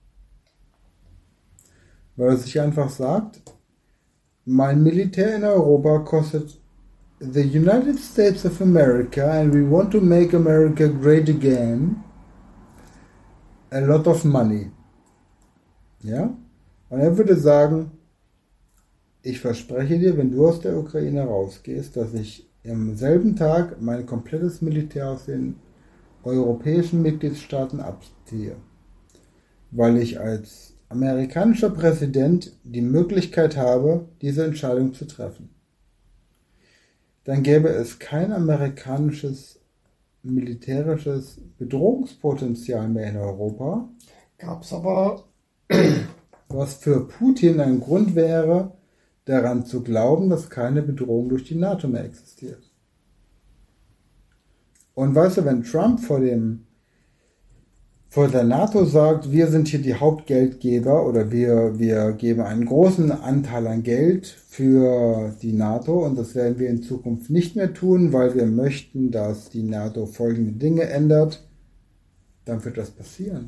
Weil er sich einfach sagt, mein Militär in Europa kostet the United States of America and we want to make America great again a lot of money. Ja? Und er würde sagen, ich verspreche dir, wenn du aus der Ukraine rausgehst, dass ich am selben Tag mein komplettes Militär aus den europäischen Mitgliedstaaten abziehe. Weil ich als amerikanischer Präsident die Möglichkeit habe, diese Entscheidung zu treffen. dann gäbe es kein amerikanisches militärisches Bedrohungspotenzial mehr in Europa. Gab's aber. Was für Putin ein Grund wäre, daran zu glauben, dass keine Bedrohung durch die NATO mehr existiert. Und weißt du, wenn Trump vor der NATO sagt, wir sind hier die Hauptgeldgeber oder wir geben einen großen Anteil an Geld für die NATO und das werden wir in Zukunft nicht mehr tun, weil wir möchten, dass die NATO folgende Dinge ändert, dann wird das passieren.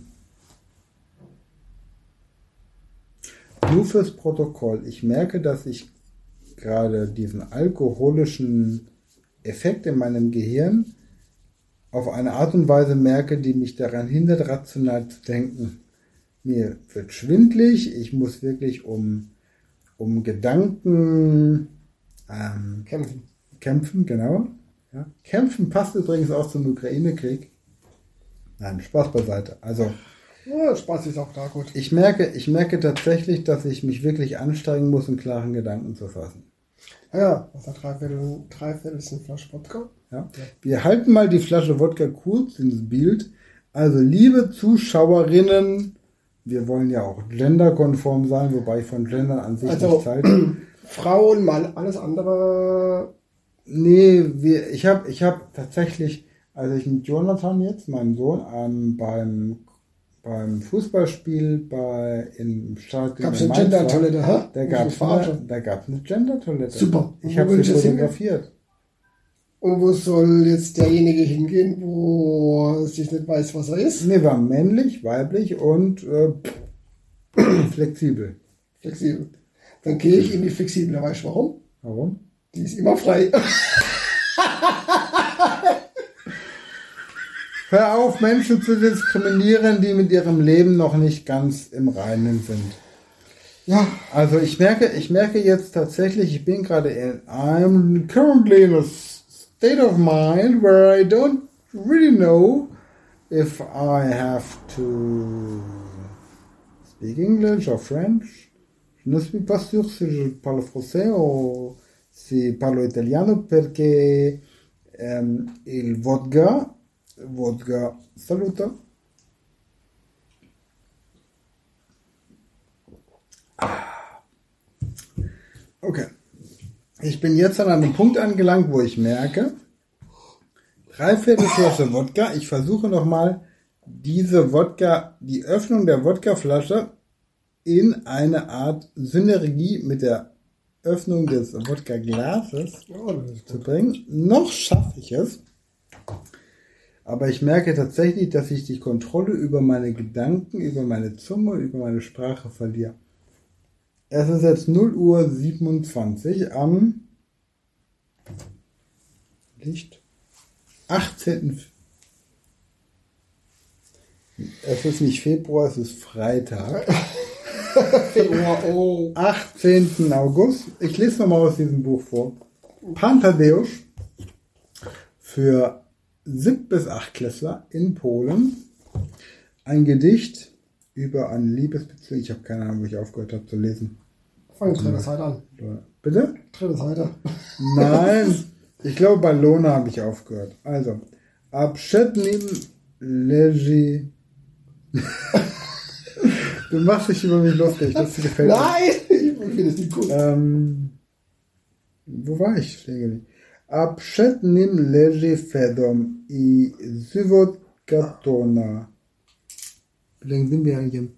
Nur fürs Protokoll. Ich merke, dass ich gerade diesen alkoholischen Effekt in meinem Gehirn auf eine Art und Weise merke, die mich daran hindert, rational zu denken. Mir wird schwindlig, ich muss wirklich um Gedanken kämpfen, genau. Ja. Kämpfen passt übrigens auch zum Ukraine-Krieg. Nein, Spaß beiseite. Also Ja, Spaß ist auch da gut. ich merke tatsächlich, dass ich mich wirklich anstrengen muss, einen klaren Gedanken zu fassen. Ja, was hat Dreiviertel ist eine Flasche Wodka. Ja. Wir halten mal die Flasche Wodka kurz ins Bild. Also, liebe Zuschauerinnen, wir wollen ja auch genderkonform sein, wobei ich von Gendern an sich nichts halte. Frauen, Mann, alles andere. Nee, ich hab tatsächlich, als ich mit Jonathan jetzt, meinem Sohn, beim Fußballspiel im Stadion. Gab es eine Gender-Toilette, hä? Da gab es eine Gender-Toilette. Super. Ich habe sie fotografiert. Und wo soll jetzt derjenige hingehen, wo sich nicht weiß, was er ist? Nee, war männlich, weiblich und flexibel. Flexibel. Dann gehe ich in die flexible. Weißt du warum? Warum? Die ist immer frei. Hör auf, Menschen zu diskriminieren, die mit ihrem Leben noch nicht ganz im Reinen sind. Ja. Also ich merke jetzt tatsächlich, ich bin gerade I'm currently in a state of mind where I don't really know if I have to speak English or French. Je ne suis pas sûr si je parle français ou si parlo italiano perché il vodka saluta. Okay. Ich bin jetzt an einem Punkt angelangt, wo ich merke, 3/4 Flasche Wodka. Ich versuche nochmal die Öffnung der Wodkaflasche in eine Art Synergie mit der Öffnung des Wodka-Glases zu bringen. Noch schaffe ich es. Aber ich merke tatsächlich, dass ich die Kontrolle über meine Gedanken, über meine Zunge, über meine Sprache verliere. Es ist jetzt 0:27 Uhr am Licht 18. Es ist nicht Februar, es ist Freitag. Februar, oh. 18. August. Ich lese nochmal aus diesem Buch vor. Pan Tadeusz für 7- bis 8-Klässler in Polen. Ein Gedicht über eine Liebesbeziehung. Ich habe keine Ahnung, wo ich aufgehört habe zu lesen. Fang die dritte Seite an. Bitte? Dritte Seite. Nein, ich glaube bei Lona habe ich aufgehört. Also, Abschednim Leży. Du machst dich über mich lustig, das gefällt mir. Nein, ich finde es nicht gut. Wo war ich? Abschednim Leży Fedom I Żywot Katona. Wie lange sind wir eigentlich?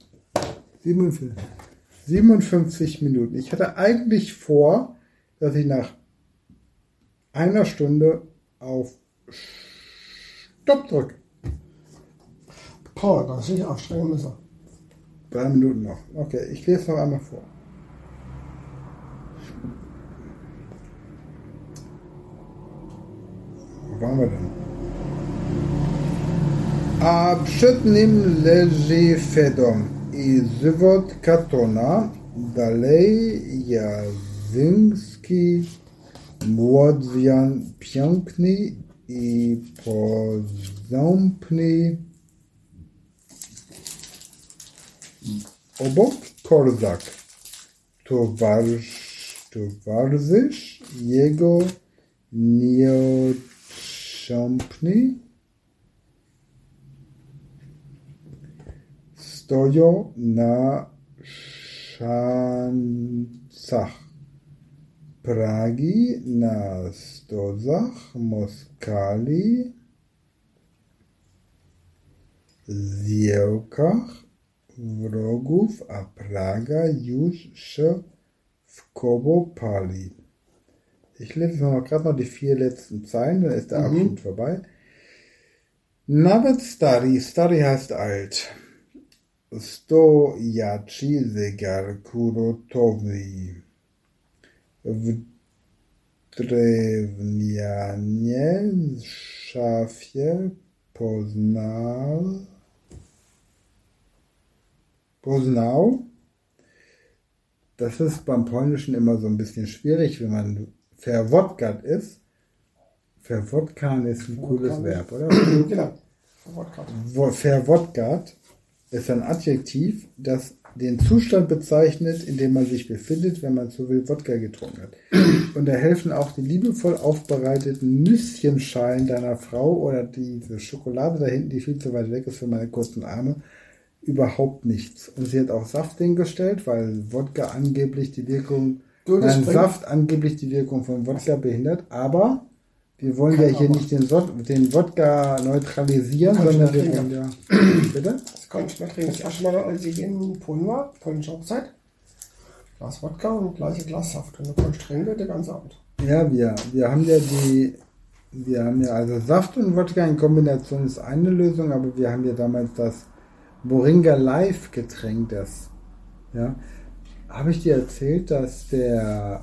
57 Minuten. Ich hatte eigentlich vor, dass ich nach einer Stunde auf Stopp drücke. Boah, das ist nicht anstrengend müssen. 3 Minuten noch. Okay, ich lese noch einmal vor. Wo waren wir denn? Abschednim leży Fedom I żywot katona, dalej Jawinski, młodzian piękny I pozępny. Obok Korzak, towarzysz jego Nieochampny, stoją na szansach Pragi, na stozach Moskali, ziełkach wrogów, a Praga już się w koło pali. Ich lese gerade noch die 4 letzten Zeilen, dann ist der Abschnitt vorbei. Nawet stary, stary heißt alt. Stojaci zegar kurotowy. W drewnianie szafie Poznał. Das ist beim Polnischen immer so ein bisschen schwierig, wenn man verwodkat ist. Verwodkan ist ein cooles Verb, oder? Genau. Verwodkat ist ein Adjektiv, das den Zustand bezeichnet, in dem man sich befindet, wenn man zu viel Wodka getrunken hat. Und da helfen auch die liebevoll aufbereiteten Nüsschenschalen deiner Frau oder diese Schokolade da hinten, die viel zu weit weg ist für meine kurzen Arme, überhaupt nichts. Und sie hat auch Saft hingestellt, weil Wodka angeblich die Wirkung, Saft angeblich die Wirkung von Wodka behindert, aber wir wollen ja hier nicht den Wodka neutralisieren, sondern wir wollen ja... Bitte? Das konnte ich mal trinken. Das erste Mal, als ich in Polen war, polnische Hochzeit, Glas Wodka und gleiche Glas Saft. Und du konntest trinken den ganzen Abend. Ja, wir haben ja also Saft und Wodka in Kombination ist eine Lösung, aber wir haben ja damals das Moringa Live Getränk, das, ja, habe ich dir erzählt, dass der,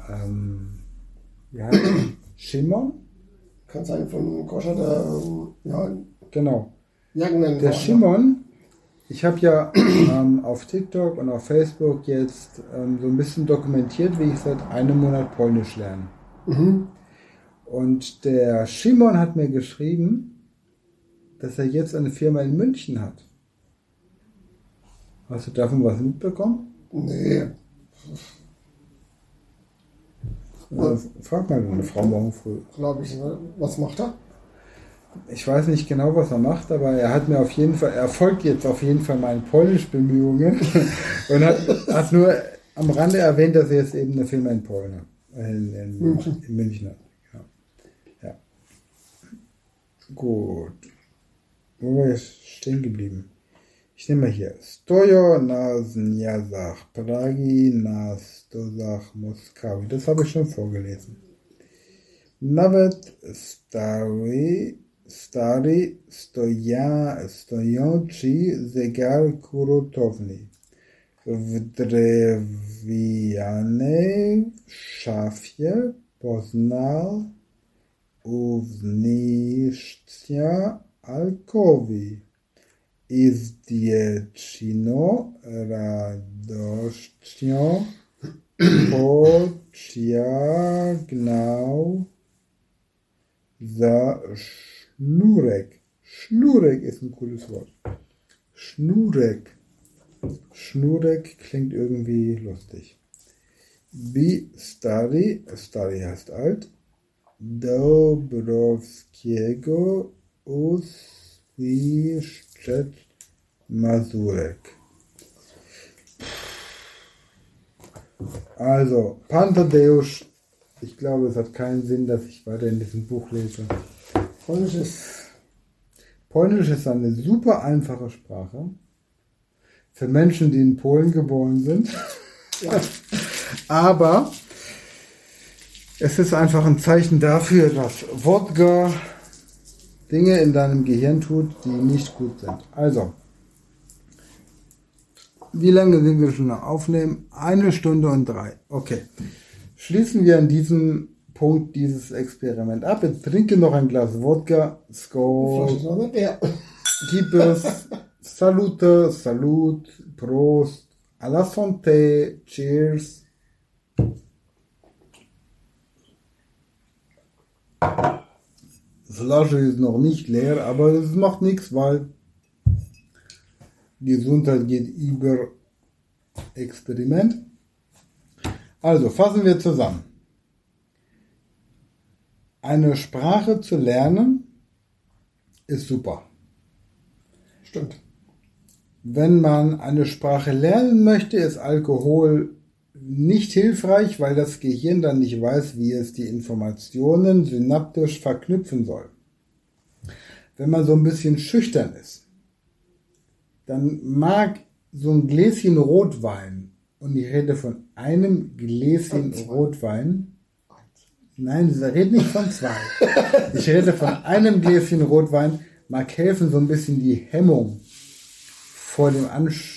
Szymon? Kann sein von Koscher, der, Genau. Der Szymon, ich habe ja auf TikTok und auf Facebook jetzt so ein bisschen dokumentiert, wie ich seit einem Monat Polnisch lerne. Mhm. Und der Szymon hat mir geschrieben, dass er jetzt eine Firma in München hat. Hast du davon was mitbekommen? Nee. Frag mal deine Frau morgen früh. Glaube ich, was macht er? Ich weiß nicht genau, was er macht, aber er folgt jetzt auf jeden Fall meinen Polnisch-Bemühungen und hat nur am Rande erwähnt, dass er jetzt eben eine Firma in Polen hat. In München hat. Ja. Gut. Wo war ich stehen geblieben? Ich nehme mal hier. Stojo na zniazach Pragi na stozach Moskawi. Das habe ich schon vorgelesen. Nawet stary stojący zegar kurotowny w drewnianej szafie poznał uvnitř alkowy i z dziewczyną radością pociągnął za Schnurek. Schnurek ist ein cooles Wort. Schnurek. Schnurek klingt irgendwie lustig. Wie stary heißt alt, Dobrowskiego usłyszeć Mazurek. Also, Pan Tadeusz, ich glaube, es hat keinen Sinn, dass ich weiter in diesem Buch lese. Polnisch ist eine super einfache Sprache für Menschen, die in Polen geboren sind. Ja. Aber es ist einfach ein Zeichen dafür, dass Wodka Dinge in deinem Gehirn tut, die nicht gut sind. Also, wie lange sind wir schon am Aufnehmen? 1 Stunde und 3. Okay. Schließen wir an diesem Punkt dieses Experiment ab. Jetzt trinke noch ein Glas Wodka. Skol. Gib es. Salute, Salut, Prost, à la santé, Cheers. Die Flasche ist noch nicht leer, aber es macht nichts, weil Gesundheit geht über Experiment. Also fassen wir zusammen. eine Sprache zu lernen ist super. Stimmt. Wenn man eine Sprache lernen möchte, ist Alkohol nicht hilfreich, weil das Gehirn dann nicht weiß, wie es die Informationen synaptisch verknüpfen soll. Wenn man so ein bisschen schüchtern ist, dann mag so ein Gläschen Rotwein, und ich rede von einem Gläschen Rotwein, nein, ich rede nicht von 2, ich rede von einem Gläschen Rotwein, mag helfen, so ein bisschen die Hemmung vor dem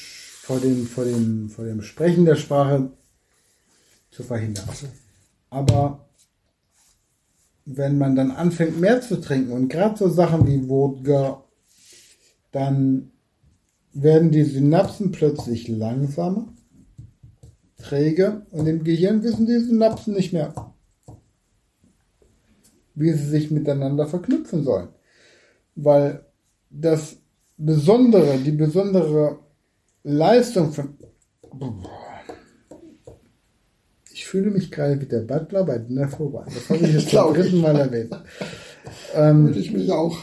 Sprechen der Sprache zu verhindern. Aber wenn man dann anfängt mehr zu trinken und gerade so Sachen wie Wodka, dann werden die Synapsen plötzlich langsamer, träge und im Gehirn wissen die Synapsen nicht mehr, wie sie sich miteinander verknüpfen sollen. Weil die besondere Leistung von... Ich fühle mich gerade wie der Butler bei Dinner for One. Das habe ich jetzt zum 3. Mal erwähnt. Würde ich mich auch.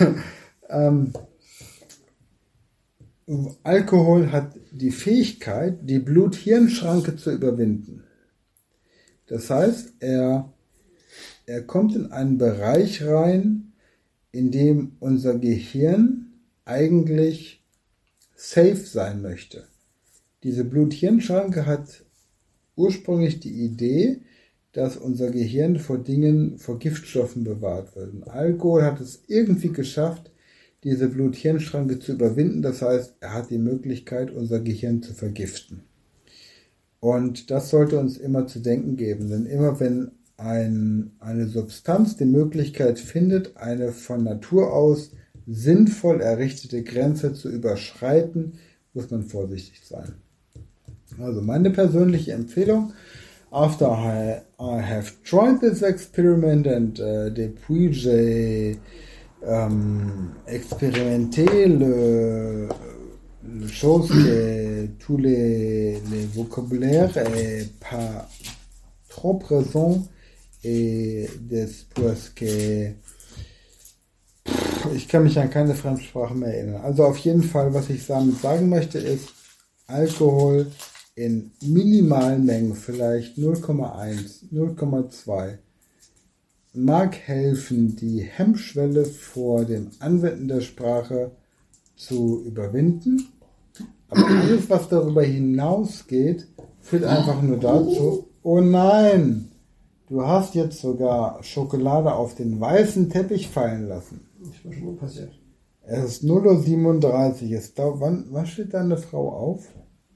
Alkohol hat die Fähigkeit, die Blut-Hirn-Schranke zu überwinden. Das heißt, er kommt in einen Bereich rein, in dem unser Gehirn eigentlich safe sein möchte. Diese Blut-Hirn-Schranke hat ursprünglich die Idee, dass unser Gehirn vor Giftstoffen bewahrt wird. Und Alkohol hat es irgendwie geschafft, diese Blut-Hirn-Schranke zu überwinden. Das heißt, er hat die Möglichkeit, unser Gehirn zu vergiften. Und das sollte uns immer zu denken geben. Denn immer wenn eine Substanz die Möglichkeit findet, eine von Natur aus sinnvoll errichtete Grenze zu überschreiten, muss man vorsichtig sein. Also meine persönliche Empfehlung: after I have tried this experiment and depuis j'ai expérimenté le chose que tous les vocabulaires est pas trop présent et después que ich kann mich an keine Fremdsprache mehr erinnern. Also auf jeden Fall, was ich damit sagen möchte, ist, Alkohol in minimalen Mengen, vielleicht 0,1, 0,2, mag helfen, die Hemmschwelle vor dem Anwenden der Sprache zu überwinden. Aber alles, was darüber hinausgeht, führt einfach nur dazu, oh nein, du hast jetzt sogar Schokolade auf den weißen Teppich fallen lassen. Das war schon mal passiert. Es ist 0:37 Uhr. Wann steht deine Frau auf?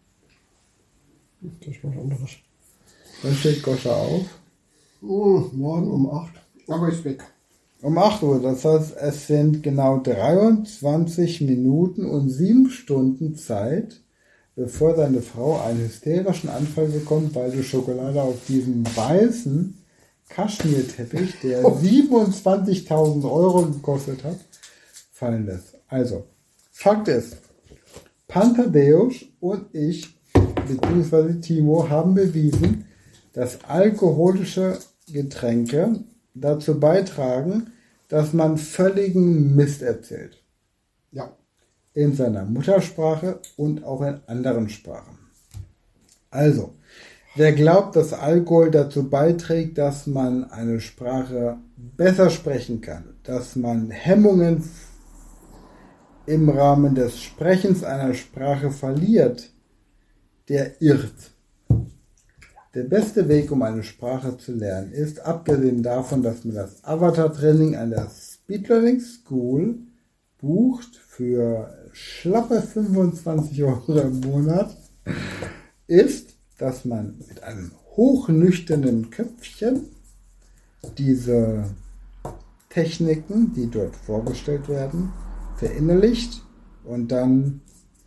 Das ist was anderes. Wann steht Goscha auf? Morgen um 8. Aber ist weg. Um 8 Uhr. Das heißt, es sind genau 23 Minuten und 7 Stunden Zeit, bevor deine Frau einen hysterischen Anfall bekommt, weil du Schokolade auf diesem weißen Kaschmirteppich, der 27.000 Euro gekostet hat, fallen lässt. Also, Fakt ist, Pantadeusz und ich, beziehungsweise Timo, haben bewiesen, dass alkoholische Getränke dazu beitragen, dass man völligen Mist erzählt. Ja. In seiner Muttersprache und auch in anderen Sprachen. Also, wer glaubt, dass Alkohol dazu beiträgt, dass man eine Sprache besser sprechen kann, dass man Hemmungen im Rahmen des Sprechens einer Sprache verliert, der irrt. Der beste Weg, um eine Sprache zu lernen, ist, abgesehen davon, dass man das Avatar-Training an der Speed Learning School bucht für schlappe 25 Euro im Monat, ist, dass man mit einem hochnüchternen Köpfchen diese Techniken, die dort vorgestellt werden, verinnerlicht und dann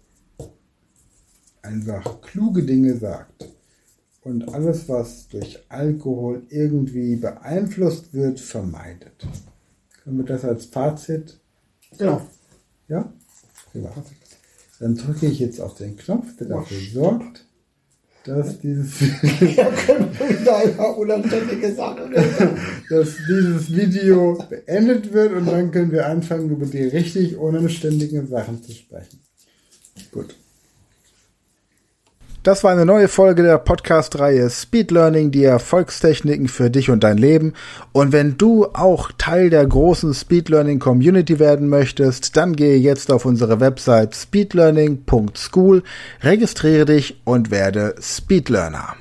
einfach kluge Dinge sagt. Und alles, was durch Alkohol irgendwie beeinflusst wird, vermeidet. Können wir das als Fazit? Genau. Ja? Prima. Dann drücke ich jetzt auf den Knopf, der dafür sorgt, dass dieses Video beendet wird und dann können wir anfangen, über die richtig unanständigen Sachen zu sprechen. Gut. Das war eine neue Folge der Podcast-Reihe Speed Learning, die Erfolgstechniken für dich und dein Leben. Und wenn du auch Teil der großen Speed Learning Community werden möchtest, dann gehe jetzt auf unsere Website speedlearning.school, registriere dich und werde Speed Learner.